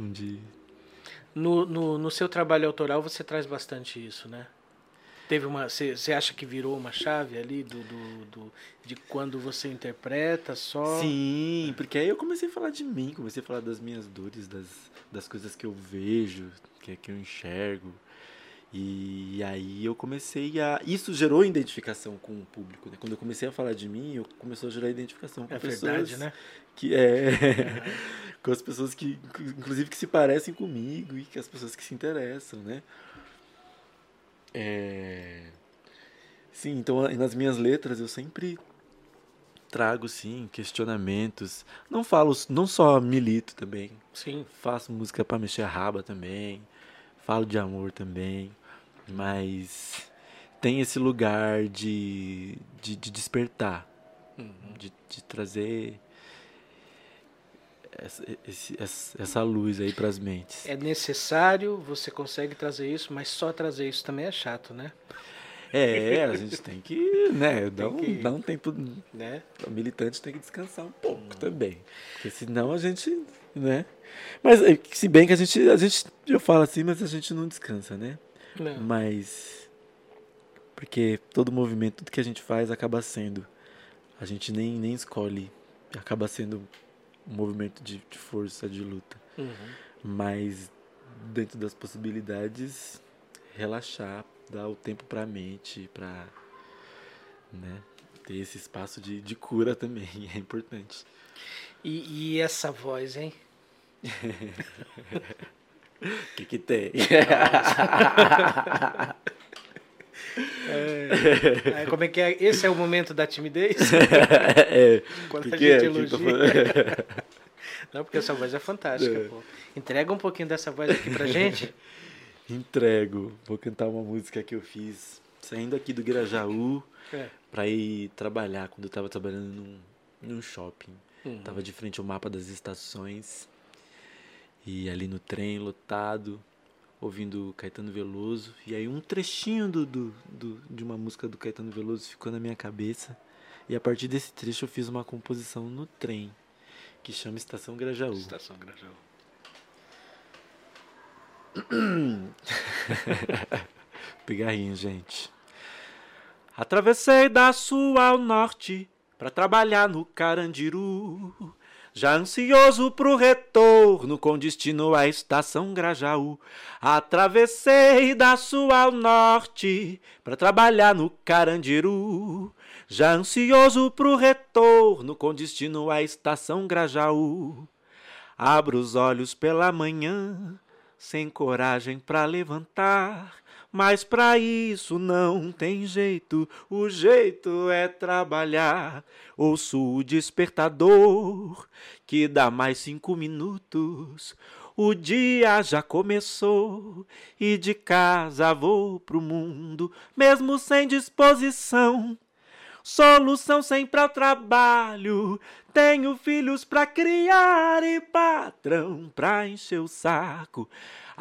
No seu trabalho autoral você traz bastante isso, né? Você acha que virou uma chave ali de quando você interpreta só? Sim, porque aí eu comecei a falar de mim, comecei a falar das minhas dores, das coisas que eu vejo, que eu enxergo. E aí eu comecei a... Isso gerou identificação com o público, né? Quando eu comecei a falar de mim, eu começou a gerar identificação com pessoas... É verdade, né? Com as pessoas que, inclusive, que se parecem comigo e que as pessoas que se interessam, né? Sim, então nas minhas letras eu sempre trago, sim, questionamentos. Não só milito também. Sim. Faço música pra mexer a raba também. Falo de amor também. Mas tem esse lugar de despertar. De trazer essa luz aí pras mentes. É necessário, você consegue trazer isso, mas só trazer isso também é chato, né? A gente tem que, né, dar um tempo, né? O militante tem que descansar um pouco também, porque senão a gente, né? Mas se bem que a gente eu falo assim, mas a gente não descansa, né? Não. Mas porque todo movimento, tudo que a gente faz acaba sendo, a gente nem escolhe, acaba sendo um movimento de força, de luta. Mas dentro das possibilidades, relaxar, dar o tempo pra mente, pra, né, ter esse espaço de cura também, é importante. E essa voz, hein? O que tem? Como é que é? Esse é o momento da timidez? Quando a gente elogia. Não, porque essa voz é fantástica, pô. Entrega um pouquinho dessa voz aqui pra gente. Entrego. Vou cantar uma música que eu fiz saindo aqui do Grajaú pra ir trabalhar, quando eu tava trabalhando num shopping. Tava de frente ao mapa das estações e ali no trem lotado, ouvindo Caetano Veloso. E aí um trechinho de uma música do Caetano Veloso ficou na minha cabeça. E a partir desse trecho eu fiz uma composição no trem, que chama Estação Grajaú. Estação Grajaú. Pigarrinho, gente. Atravessei da sul ao norte pra trabalhar no Carandiru, já ansioso pro retorno com destino à Estação Grajaú. Atravessei da sul ao norte pra trabalhar no Carandiru, já ansioso pro retorno com destino à Estação Grajaú. Abro os olhos pela manhã, sem coragem pra levantar, mas pra isso não tem jeito, o jeito é trabalhar. Ouço o despertador, que dá mais 5 minutos, o dia já começou, e de casa vou pro mundo, mesmo sem disposição. Solução sempre ao trabalho, tenho filhos pra criar e patrão pra encher o saco.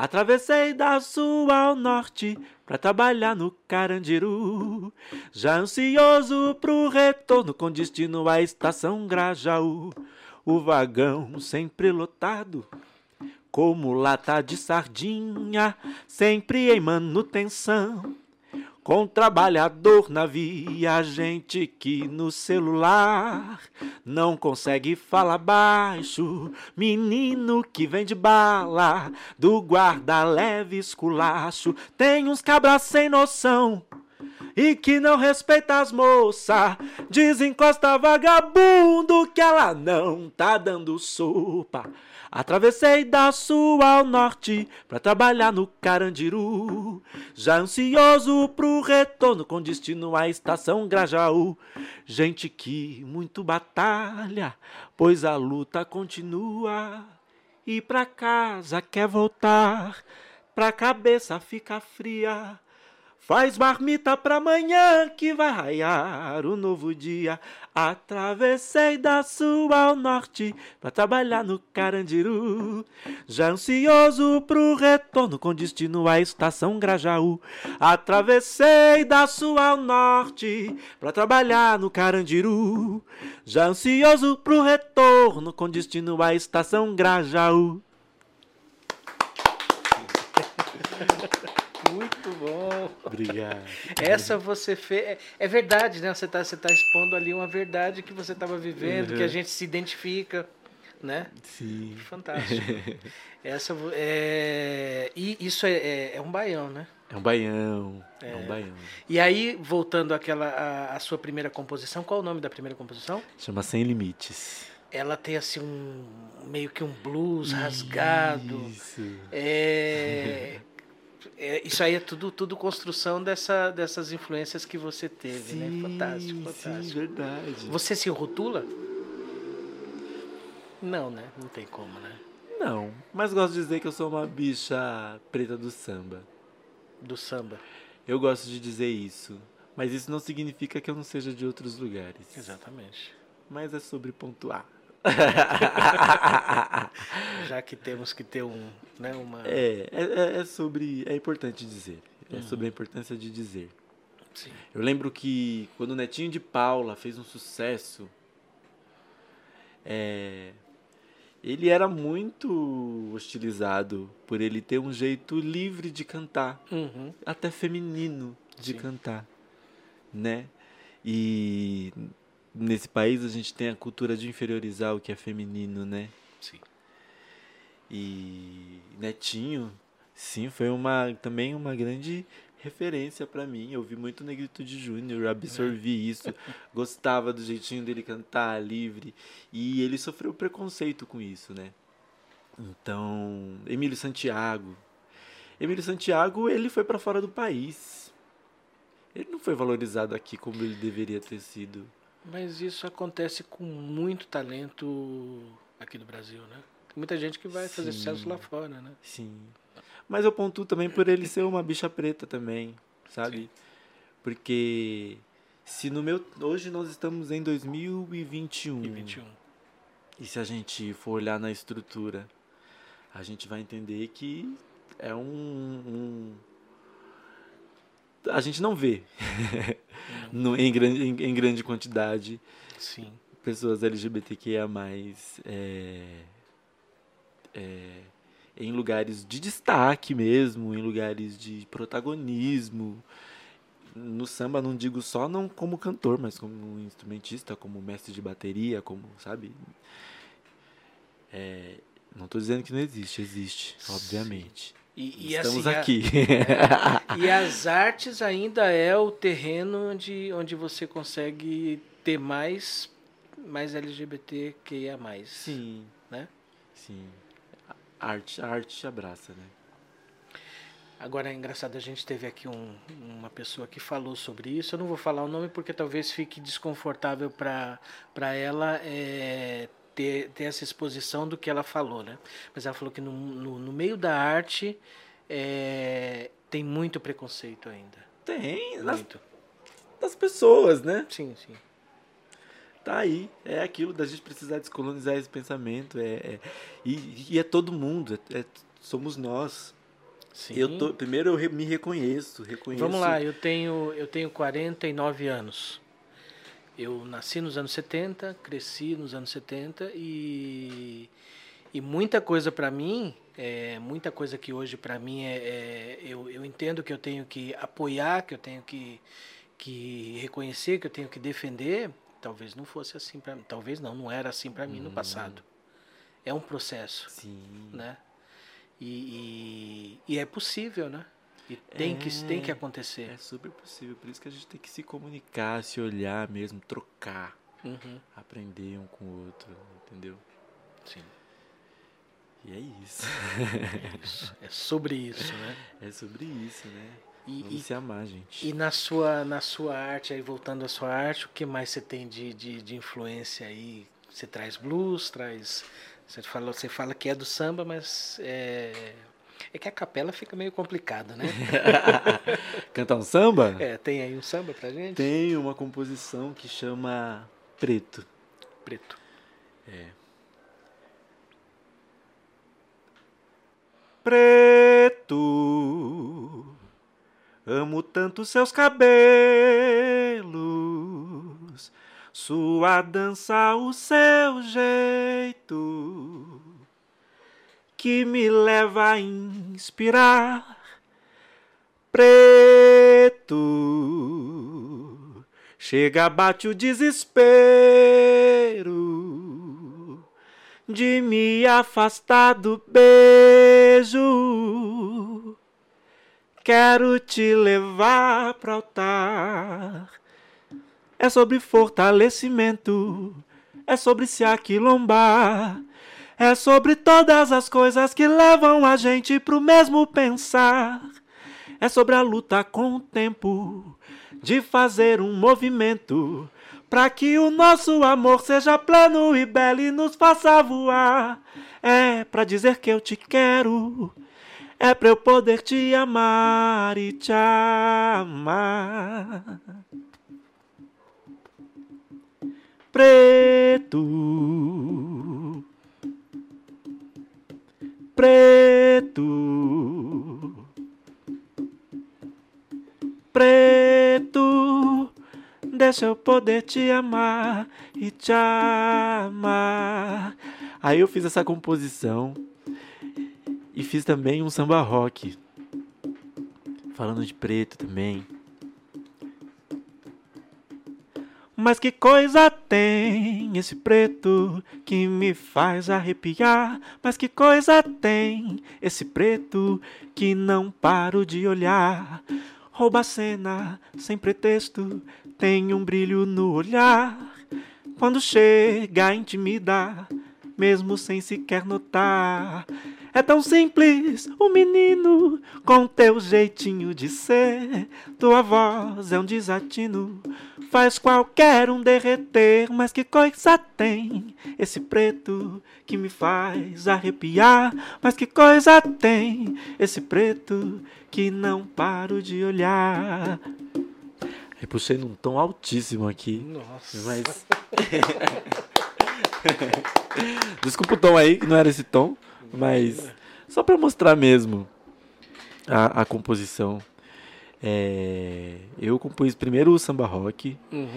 Atravessei da sul ao norte pra trabalhar no Carandiru, já ansioso pro retorno com destino à estação Grajaú. O vagão sempre lotado, como lata de sardinha, sempre em manutenção. Com trabalhador na via, gente que no celular não consegue falar baixo, menino que vende bala, do guarda leve esculacho. Tem uns cabras sem noção e que não respeita as moças, desencosta vagabundo que ela não tá dando sopa. Atravessei da sul ao norte pra trabalhar no Carandiru, já ansioso pro retorno com destino à estação Grajaú. Gente que muito batalha, pois a luta continua, e pra casa quer voltar, pra cabeça fica fria. Faz marmita pra amanhã que vai raiar o novo dia. Atravessei da sul ao norte pra trabalhar no Carandiru, já ansioso pro retorno com destino à estação Grajaú. Atravessei da sul ao norte pra trabalhar no Carandiru, já ansioso pro retorno com destino à estação Grajaú. Muito bom. Obrigado. Essa você fez. É verdade, né? Você tá expondo ali uma verdade que você estava vivendo, que a gente se identifica, né? Sim. Fantástico. E isso é um baião, né? É um baião. É um baião. E aí, voltando àquela a sua primeira composição, qual é o nome da primeira composição? Chama Sem Limites. Ela tem assim meio que um blues rasgado. Isso. Isso aí é tudo construção dessas influências que você teve, né? Fantástico. Sim, verdade. Você se rotula? Não, né? Não tem como, né? Não, mas gosto de dizer que eu sou uma bicha preta do samba. Do samba. Eu gosto de dizer isso, mas isso não significa que eu não seja de outros lugares. Exatamente. Mas é sobre pontuar. Já que temos que ter uma... É sobre... É importante dizer. É sobre a importância de dizer. Sim. Eu lembro que quando o Netinho de Paula fez um sucesso, ele era muito hostilizado por ele ter um jeito livre de cantar, até feminino de cantar, né? E nesse país a gente tem a cultura de inferiorizar o que é feminino, né? Sim. E Netinho, sim, foi também uma grande referência pra mim. Eu vi muito Negritude Júnior, absorvi isso, gostava do jeitinho dele cantar livre, e ele sofreu preconceito com isso, né? Então, Emílio Santiago, ele foi pra fora do país. Ele não foi valorizado aqui como ele deveria ter sido. Mas isso acontece com muito talento aqui no Brasil, né? Tem muita gente que vai fazer sucesso lá fora, né? Sim. Mas eu pontuo também por ele ser uma bicha preta também, sabe? Sim. Porque hoje nós estamos em 2021. E se a gente for olhar na estrutura, a gente vai entender que é a gente não vê em grande quantidade. Sim. Pessoas LGBTQIA+, em lugares de destaque mesmo, em lugares de protagonismo. No samba não digo só não como cantor, mas como instrumentista, como mestre de bateria, como, sabe? Não estou dizendo que não existe, obviamente. E estamos assim, aqui. E as artes ainda é o terreno onde você consegue ter mais LGBTQIA+. Sim. Né? Sim. A arte abraça, né? Agora é engraçado, a gente teve aqui uma pessoa que falou sobre isso. Eu não vou falar o nome porque talvez fique desconfortável para ela ter essa exposição do que ela falou, né? Mas ela falou que no meio da arte tem muito preconceito ainda. Tem, muito. Das pessoas, né? Sim. Tá aí, é aquilo da gente precisar descolonizar esse pensamento, e é todo mundo, somos nós, Sim. Primeiro eu me reconheço. Vamos lá, eu tenho 49 anos. Eu nasci nos anos 70, cresci nos anos 70 e muita coisa para mim, muita coisa que hoje para mim eu entendo que eu tenho que apoiar, que eu tenho que reconhecer, que eu tenho que defender. Talvez não fosse assim para mim, talvez não era assim para mim no passado. É um processo, Sim. né? E é possível, né? E tem que acontecer. É super possível, por isso que a gente tem que se comunicar, se olhar mesmo, trocar, aprender um com o outro, entendeu? Sim. E é isso. É isso. É sobre isso, né? É sobre isso, né? Vamos se amar, gente. E na sua arte, aí voltando à sua arte, o que mais você tem de influência aí? Você traz blues, Você fala que é do samba, mas é que a capela fica meio complicada, né? Cantar um samba? Tem aí um samba pra gente? Tem uma composição que chama Preto. Preto. Preto, amo tanto seus cabelos, sua dança, o seu jeito, que me leva a inspirar. Preto, chega, bate o desespero de me afastar do beijo. Quero te levar pro altar. É sobre fortalecimento, é sobre se aquilombar, é sobre todas as coisas que levam a gente pro mesmo pensar. É sobre a luta com o tempo, de fazer um movimento, pra que o nosso amor seja pleno e belo e nos faça voar. É pra dizer que eu te quero, é pra eu poder te amar e te amar. Preto, preto, preto, deixa eu poder te amar e te amar. Aí eu fiz essa composição e fiz também um samba rock, falando de preto também. Mas que coisa tem esse preto que me faz arrepiar? Mas que coisa tem esse preto que não paro de olhar? Rouba a cena sem pretexto, tem um brilho no olhar. Quando chega, intimida, mesmo sem sequer notar. É tão simples, o menino, com teu jeitinho de ser. Tua voz é um desatino, faz qualquer um derreter. Mas que coisa tem esse preto que me faz arrepiar? Mas que coisa tem esse preto que não paro de olhar? Eu puxei num tom altíssimo aqui. Nossa. Mas... Desculpa o tom aí, que não era esse tom. Mas só pra mostrar mesmo a composição. Eu compus primeiro o samba rock.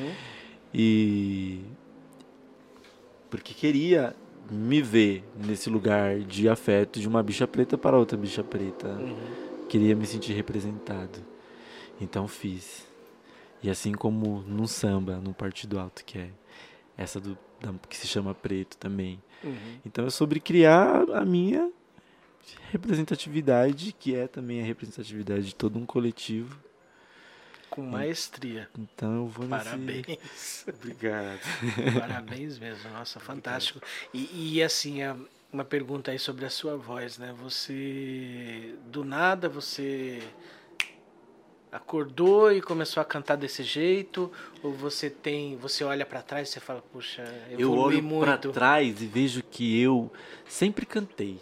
E porque queria me ver nesse lugar de afeto de uma bicha preta para outra bicha preta. Queria me sentir representado. Então fiz. E assim como no samba, no Partido Alto, que é essa que se chama Preto também. Então é sobre criar a minha representatividade, que é também a representatividade de todo um coletivo. Com maestria. Então eu vou Parabéns. Obrigado. Parabéns mesmo, nossa, fantástico. E assim, uma pergunta aí sobre a sua voz, né? Você, do nada, você acordou e começou a cantar desse jeito? Ou você olha pra trás e você fala, puxa, eu evolui olho muito? pra trás e vejo que eu sempre cantei.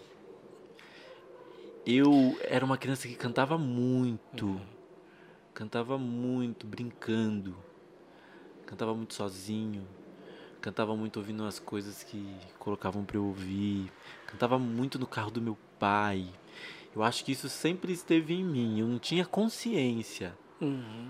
Eu era uma criança que cantava muito. Cantava muito, brincando. Cantava muito sozinho. Cantava muito ouvindo as coisas que colocavam pra eu ouvir. Cantava muito no carro do meu pai. Eu acho que isso sempre esteve em mim, eu não tinha consciência. Uhum.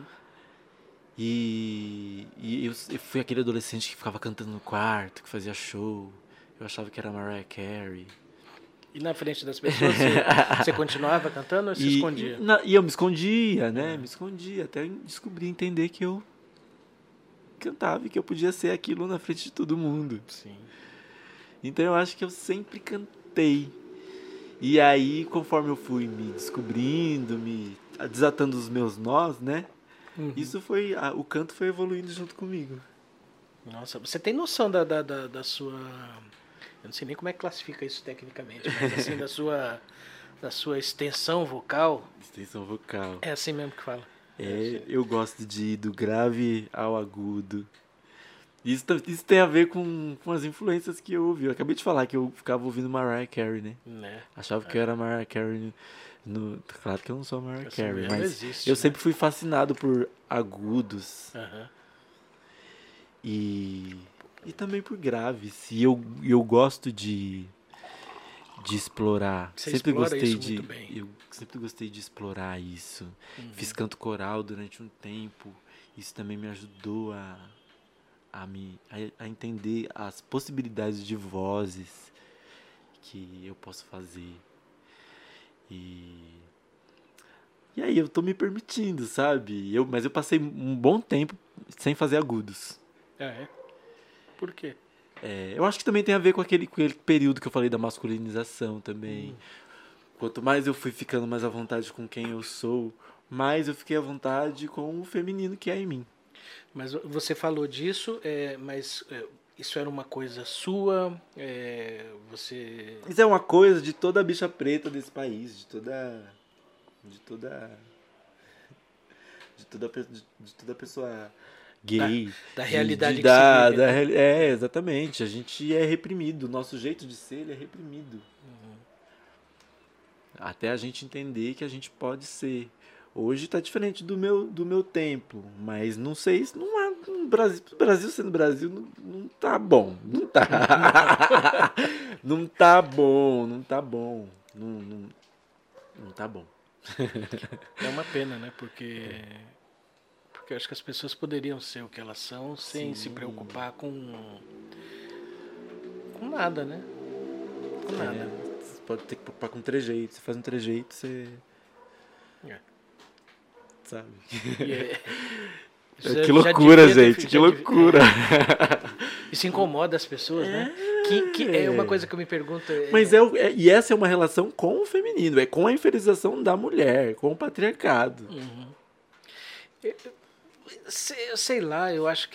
E eu fui aquele adolescente que ficava cantando no quarto, que fazia show. Eu achava que era Mariah Carey. E na frente das pessoas, você continuava cantando ou se escondia? E eu me escondia, né? Me escondia, até descobrir, entender que eu cantava e que eu podia ser aquilo na frente de todo mundo. Sim. Então eu acho que eu sempre cantei. E aí, conforme eu fui me descobrindo, me desatando os meus nós, né? Uhum. Isso foi. O canto foi evoluindo junto comigo. Nossa, você tem noção da sua. Eu não sei nem como é que classifica isso tecnicamente, mas assim, da sua extensão vocal. Extensão vocal. É assim mesmo que fala. Eu gosto de ir do grave ao agudo. Isso tem a ver com as influências que eu ouvi. Eu acabei de falar que eu ficava ouvindo Mariah Carey, né? Achava que eu era Mariah Carey. Claro que eu não sou Mariah Carey, mas existe, eu sempre fui fascinado por agudos. Uhum. E também por graves. E eu gosto de explorar. Você Sempre explora gostei isso de muito bem. eu sempre gostei de explorar isso. Uhum. Fiz canto coral durante um tempo. Isso também me ajudou a entender as possibilidades de vozes que eu posso fazer. E aí eu tô me permitindo, sabe? Mas eu passei um bom tempo sem fazer agudos. É? Por quê? Eu acho que também tem a ver com aquele período que eu falei da masculinização também. Quanto mais eu fui ficando mais à vontade com quem eu sou, mais eu fiquei à vontade com o feminino que é em mim. Mas você falou disso, mas isso era uma coisa sua? Você... Isso é uma coisa de toda bicha preta desse país, de toda pessoa gay. Da realidade que se vive. Exatamente. A gente é reprimido. O nosso jeito de ser, ele é reprimido. Uhum. Até a gente entender que a gente pode ser. Hoje tá diferente do meu tempo, mas não sei se não há no Brasil sendo Brasil não tá bom, não tá. Não tá bom, não tá bom. Não tá bom. É uma pena, né? Porque eu acho que as pessoas poderiam ser o que elas são sem se preocupar com nada, né? Com nada. Você pode ter que preocupar com trejeito. Você faz um trejeito, você... Sabe? Que loucura, gente. Que loucura. Isso incomoda as pessoas, né? Que é uma coisa que eu me pergunto. Mas e essa é uma relação com o feminino, é com a inferiorização da mulher, com o patriarcado. Uhum. Sei lá, eu acho que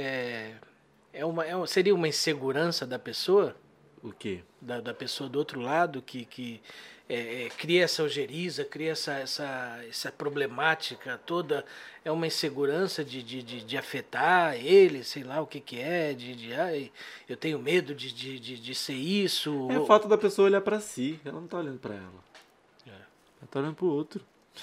seria uma insegurança da pessoa. O quê? Da pessoa do outro lado que cria essa ojeriza, cria essa problemática toda. É uma insegurança de afetar ele, sei lá o que é, eu tenho medo de ser isso. É o fato da pessoa olhar pra si, ela não tá olhando pra ela. Ela tá olhando pro outro.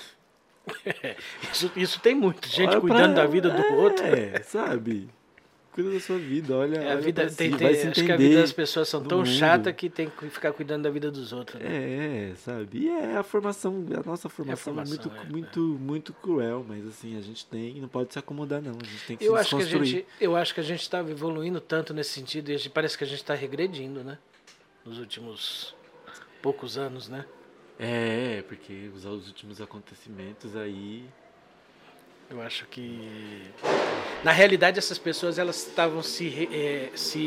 Isso tem muito, gente cuidando da vida do outro. Sabe? Cuida da sua vida, olha. A vida si, vai se acho que a vida das pessoas são tão chata que tem que ficar cuidando da vida dos outros. Né? Sabe? E a nossa formação é muito cruel, mas assim, a gente não pode se acomodar não, a gente tem que se desconstruir. Eu acho que a gente está evoluindo tanto nesse sentido e parece que a gente está regredindo, né? Nos últimos poucos anos, né? Porque os últimos acontecimentos aí... Eu acho que... Na realidade, essas pessoas elas estavam se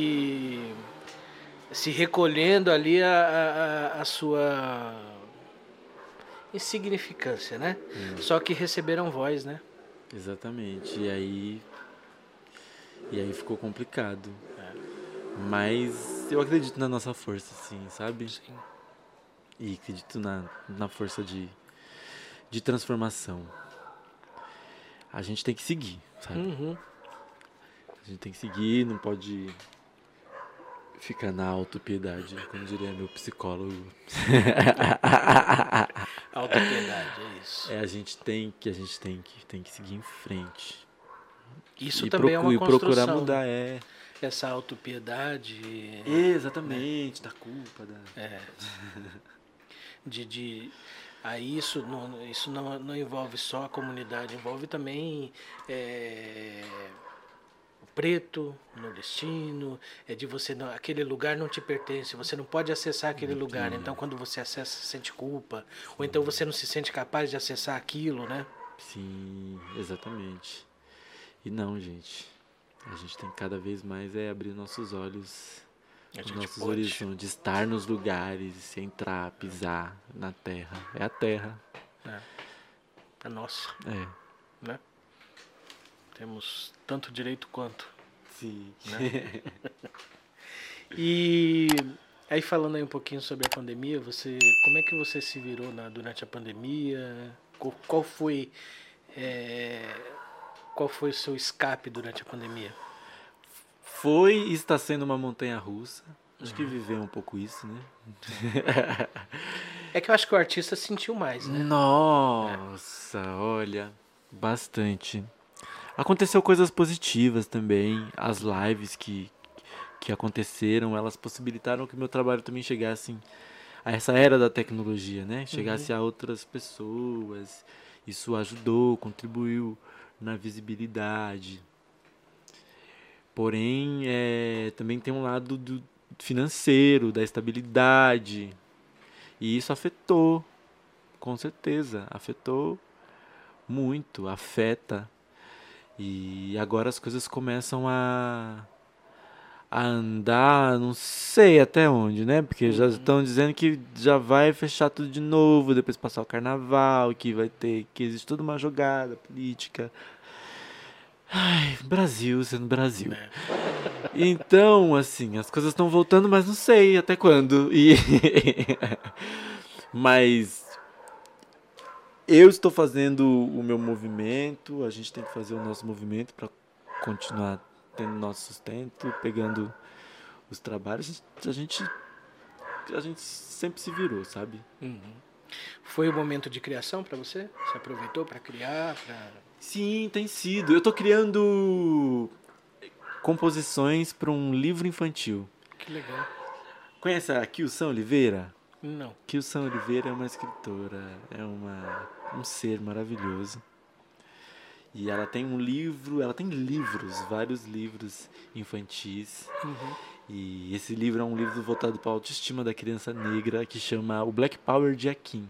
recolhendo ali a sua insignificância, né? Só que receberam voz, né? Exatamente. E aí ficou complicado. Mas eu acredito na nossa força, sim, sabe? Sim. E acredito na força de transformação. A gente tem que seguir, sabe? Uhum. A gente tem que seguir, não pode ficar na autopiedade, como diria meu psicólogo. Autopiedade, é isso. A gente tem que seguir em frente. Isso também é uma construção. E procurar mudar, Essa autopiedade. Exatamente, da culpa. Aí isso não envolve só a comunidade, envolve também o preto, o nordestino, de você aquele lugar não te pertence, você não pode acessar aquele lugar, então quando você acessa, você sente culpa, ou então você não se sente capaz de acessar aquilo, né? Sim, exatamente. E não, gente. A gente tem que cada vez mais abrir nossos olhos, os nossos horizontes, estar nos lugares, entrar, pisar na terra. É a terra. É nossa. É. Né? Temos tanto direito quanto. Sim. Né? E aí falando aí um pouquinho sobre a pandemia, como é que você se virou durante a pandemia? Qual foi o seu escape durante a pandemia? Foi e está sendo uma montanha-russa. Acho que viveu um pouco isso, né? É que eu acho que o artista sentiu mais, né? Nossa, olha, bastante. Aconteceu coisas positivas também. As lives que aconteceram, elas possibilitaram que o meu trabalho também chegasse a essa era da tecnologia, né? Chegasse a outras pessoas. Isso ajudou, contribuiu na visibilidade. Porém, também tem um lado do financeiro, da estabilidade. E isso afetou, com certeza, afetou muito, afeta. E agora as coisas começam a andar, não sei até onde, né? Porque já estão dizendo que já vai fechar tudo de novo, depois passar o carnaval, que existe toda uma jogada política. Ai, Brasil sendo Brasil. Então, assim, as coisas estão voltando, mas não sei até quando. Mas eu estou fazendo o meu movimento, a gente tem que fazer o nosso movimento para continuar tendo nosso sustento, pegando os trabalhos. A gente sempre se virou, sabe? Foi o momento de criação para você? Você aproveitou para criar? Sim, tem sido. Eu tô criando composições para um livro infantil. Que legal. Conhece a Kilson Oliveira? Não. Kilson Oliveira é uma escritora, um ser maravilhoso. E ela tem livros, vários livros infantis. E esse livro é um livro voltado para a autoestima da criança negra, que chama O Black Power de Akin.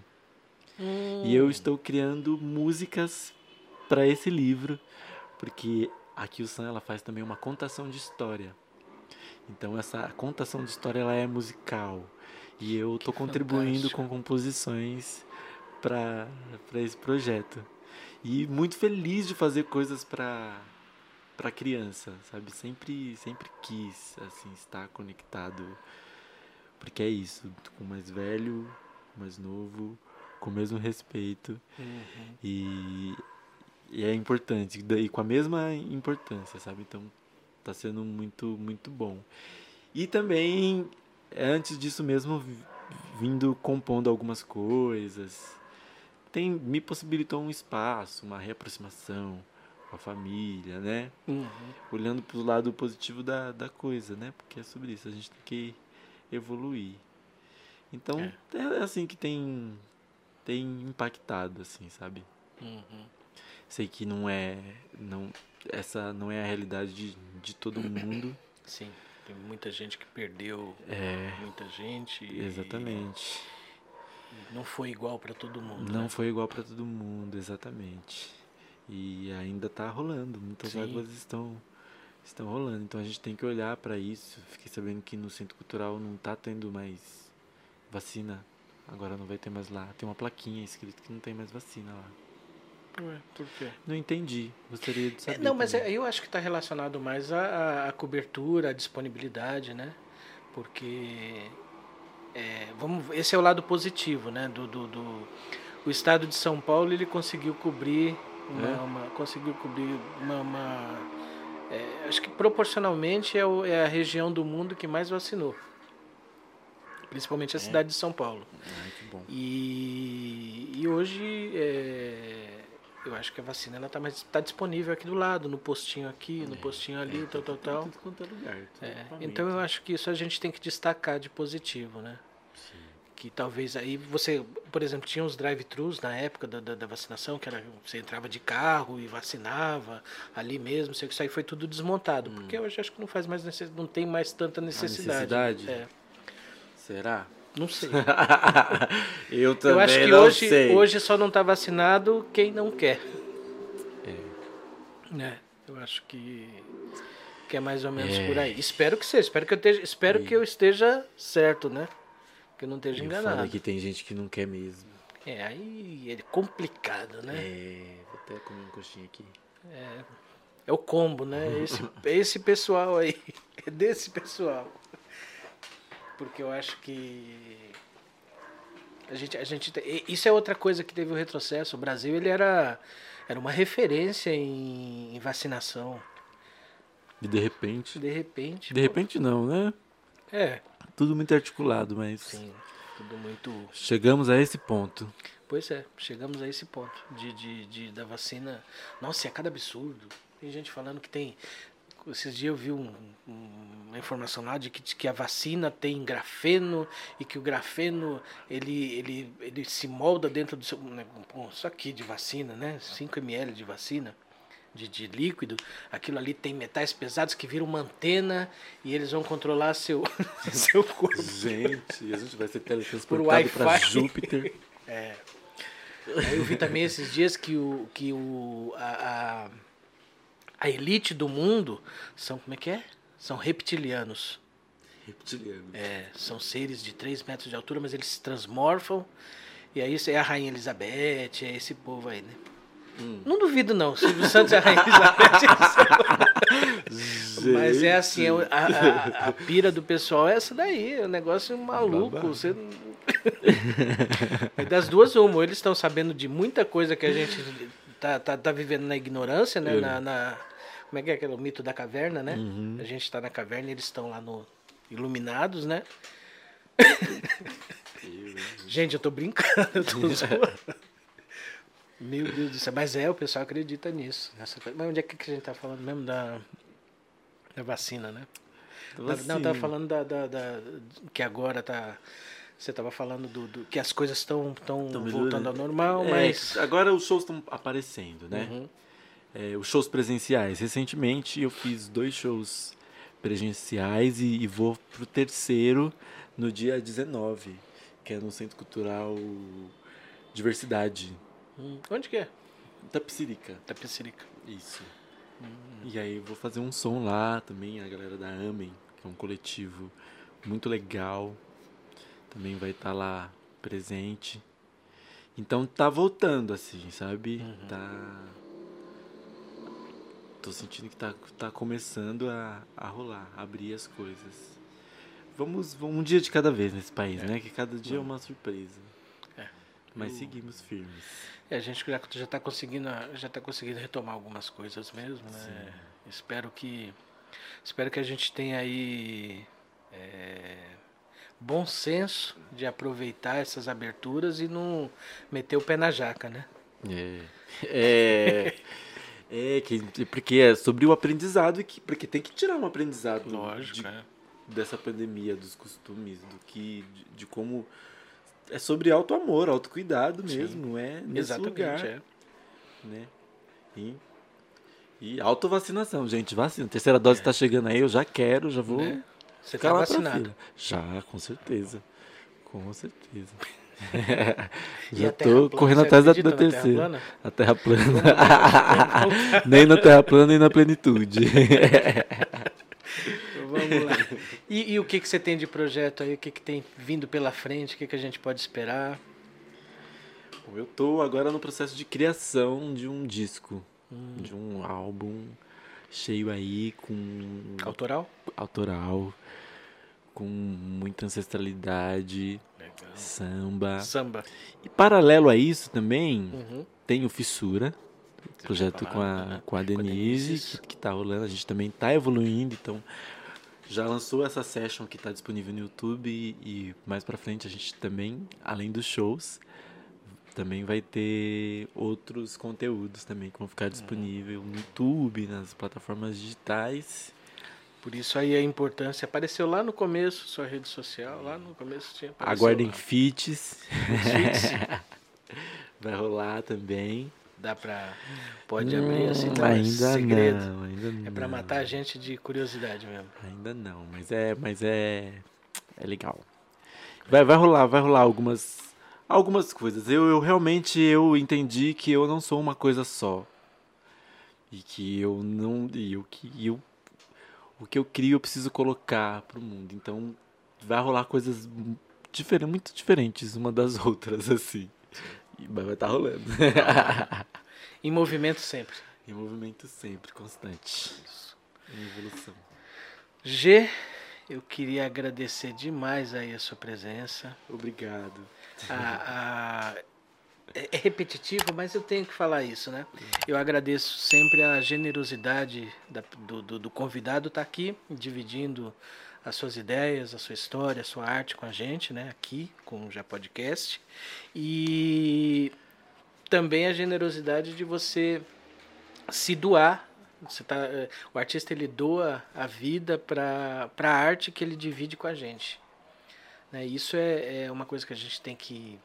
E eu estou criando músicas para esse livro, porque a Kilson ela faz também uma contação de história. Então essa contação de história ela é musical. E eu estou contribuindo com composições para esse projeto. E muito feliz de fazer coisas para criança, sabe? Sempre quis assim estar conectado, porque é isso, com o mais velho, o mais novo, com o mesmo respeito. E é importante, e com a mesma importância, sabe? Então tá sendo muito muito bom. E também antes disso mesmo vindo compondo algumas coisas, me possibilitou um espaço, uma reaproximação com a família, né? Olhando pro lado positivo da coisa, né? Porque é sobre isso, a gente tem que evoluir. Então, é assim que tem impactado, assim, sabe? Sei que essa não é a realidade de todo mundo. Sim, tem muita gente que perdeu muita gente. Exatamente. Não foi igual para todo mundo. Não foi igual para todo mundo, exatamente. E ainda tá rolando, muitas águas estão rolando. Então a gente tem que olhar para isso. Fiquei sabendo que no Centro Cultural não tá tendo mais vacina. Agora não vai ter mais lá. Tem uma plaquinha escrito que não tem mais vacina lá. Ué, por quê? Não entendi. Gostaria de saber. Não, mas eu acho que está relacionado mais à cobertura, à disponibilidade, né? Porque esse é o lado positivo, né? O estado de São Paulo ele conseguiu cobrir acho que proporcionalmente é a região do mundo que mais vacinou, principalmente a cidade de São Paulo. Que bom. E hoje eu acho que a vacina ela tá disponível aqui do lado, no postinho aqui, no postinho ali, tal. Tudo quanto é lugar. Então eu acho que isso a gente tem que destacar de positivo, né? Sim. que talvez aí você, por exemplo, tinha os drive-thrus na época da vacinação, que era, você entrava de carro e vacinava ali mesmo, sei que isso aí foi tudo desmontado, porque hoje acho que não faz mais não tem mais tanta A necessidade. necessidade? É, Será? não sei. Eu Eu acho também que não hoje, sei. hoje só não está vacinado quem não quer. É. Né? Eu acho que é mais ou menos por aí. Espero que seja, espero que eu esteja certo, né? Que eu não esteja E o enganado. foda é que tem gente que não quer mesmo. Aí é complicado, né? Vou até comer um coxinha aqui. É o combo, né? Esse pessoal aí. É desse pessoal. Porque eu acho que isso é outra coisa que teve o retrocesso. O Brasil ele era uma referência em vacinação. E de repente. De repente. De repente não, né? É. Tudo muito articulado, mas. Sim. Tudo muito. Chegamos a esse ponto. Pois é, chegamos a esse ponto da vacina. Nossa, é cada absurdo. Tem gente falando que tem. Esses dias eu vi uma informação lá de que a vacina tem grafeno e que o grafeno ele se molda dentro do seu. Isso aqui de vacina, né? 5 ml de vacina. De líquido, aquilo ali tem metais pesados que viram uma antena e eles vão controlar seu corpo. Gente, a gente vai ser Por teletransportado para Wi-Fi. Júpiter. Aí eu vi também esses dias que a elite do mundo são, como é que é? São reptilianos. Reptiliano. São seres de 3 metros de altura, mas eles se transmorfam. E aí isso é a Rainha Elizabeth, é esse povo aí, né? Não duvido não, Silvio Santos e a Rainha Elizabeth. Mas é assim, a pira do pessoal é essa daí, é um negócio maluco. Você... É das duas uma, ou eles estão sabendo de muita coisa que a gente tá vivendo na ignorância, né? Como é que é aquele mito da caverna, né? A gente tá na caverna e eles estão lá iluminados, né? Gente, eu tô brincando, eu tô zoando. Meu Deus do céu, mas o pessoal acredita nisso. Nessa coisa. Mas onde é que a gente tá falando mesmo da vacina, né? Não, tava falando que agora tá. Você tava falando que as coisas estão voltando ao normal, mas. Agora os shows estão aparecendo, né? Os shows presenciais. Recentemente eu fiz 2 shows presenciais e vou pro terceiro no dia 19, que é no Centro Cultural Diversidade. Onde que é? Tapicirica. Isso. E aí vou fazer um som lá também, a galera da Amém, que é um coletivo muito legal, também vai estar lá presente. Então tá voltando assim, sabe? Tô sentindo que tá começando a rolar, a abrir as coisas. Vamos um dia de cada vez nesse país, né? Que cada dia é uma surpresa. Mas seguimos firmes. A gente já está conseguindo retomar algumas coisas mesmo, né? Espero que a gente tenha aí bom senso de aproveitar essas aberturas e não meter o pé na jaca, né? Porque é sobre o aprendizado porque tem que tirar um aprendizado. Lógico, dessa pandemia, dos costumes, de como é sobre auto-amor, autocuidado mesmo, não é nesse lugar. Né? E autovacinação, gente, vacina. Terceira dose está chegando aí, eu já quero, já vou. Né? Você está vacinado? Já, com certeza. Com certeza. E já a terra tô plana, correndo você atrás da acredita na terra terceira. plana? A terra plana. Nem na terra plana, nem na plenitude. Vamos lá. E o que você tem de projeto aí? O que tem vindo pela frente? O que a gente pode esperar? Eu tô agora no processo de criação de um disco, de um álbum cheio aí com... Autoral, com muita ancestralidade, samba. E paralelo a isso também, tem o Fissura, projeto com a Denise, que tá rolando, a gente também tá evoluindo, então já lançou essa session que tá disponível no YouTube e mais pra frente a gente também, além dos shows, também vai ter outros conteúdos também que vão ficar disponíveis no YouTube, nas plataformas digitais. Por isso aí a importância. Apareceu lá no começo, sua rede social, lá no começo tinha aparecido. Aguardem lá. feats. Feats. Vai rolar também. Pode abrir assim, não, ainda é segredo. não, ainda não. É pra matar a gente de curiosidade mesmo. Ainda não, mas é legal. Vai rolar algumas coisas. Eu realmente entendi que eu não sou uma coisa só. E que eu não. O que eu crio eu preciso colocar pro mundo. Então vai rolar coisas muito diferentes uma das outras, assim. Mas vai estar rolando. Em movimento sempre. Em movimento sempre, constante. Isso. Em evolução. G, eu queria agradecer demais aí a sua presença. Obrigado. É repetitivo, mas eu tenho que falar isso, né? Eu agradeço sempre a generosidade do convidado estar aqui, dividindo as suas ideias, a sua história, a sua arte com a gente, né? Aqui, com o Já Podcast. E também a generosidade de você se doar. O artista ele doa a vida para a arte que ele divide com a gente. Né? Isso é uma coisa que a gente tem que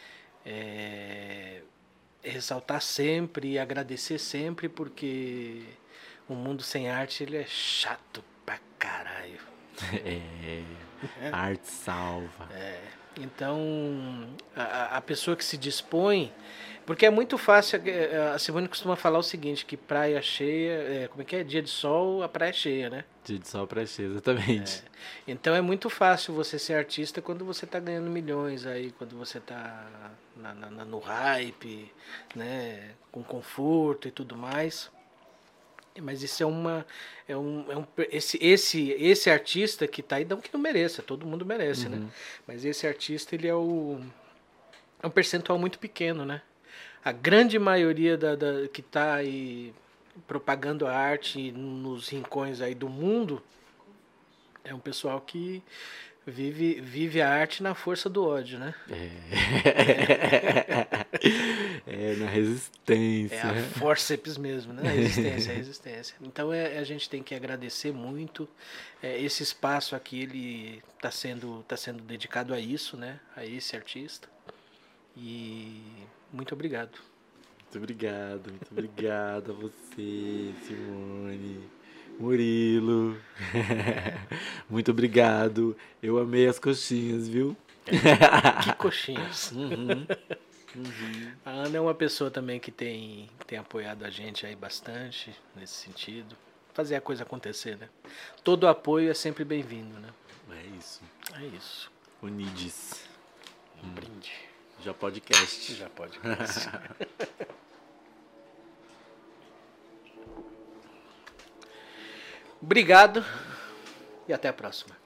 ressaltar sempre e agradecer sempre, porque o mundo sem arte ele é chato pra caralho. A arte salva. Então, a pessoa que se dispõe... Porque é muito fácil, a Simone costuma falar o seguinte, que praia cheia, como é que é? Dia de sol, a praia é cheia, né? Dia de sol, praia cheia, exatamente. Então é muito fácil você ser artista quando você está ganhando milhões aí, quando você está no hype, né? Com conforto e tudo mais. Mas isso esse artista que está aí, não que não mereça, todo mundo merece, né? Mas esse artista, ele é um percentual muito pequeno, né? A grande maioria que está aí propagando a arte nos rincões aí do mundo é um pessoal que vive a arte na força do ódio, né? Na resistência. É a forceps mesmo, né? A resistência. Então a gente tem que agradecer muito. Esse espaço aqui, ele tá sendo dedicado a isso, né? A esse artista. E muito obrigado. Muito obrigado a você, Simone, Murilo. Muito obrigado. Eu amei as coxinhas, viu? Que coxinhas. A Ana é uma pessoa também que tem apoiado a gente aí bastante nesse sentido. Fazer a coisa acontecer, né? Todo apoio é sempre bem-vindo, né? É isso. Unides. Um brinde. Já podcast. Obrigado e até a próxima.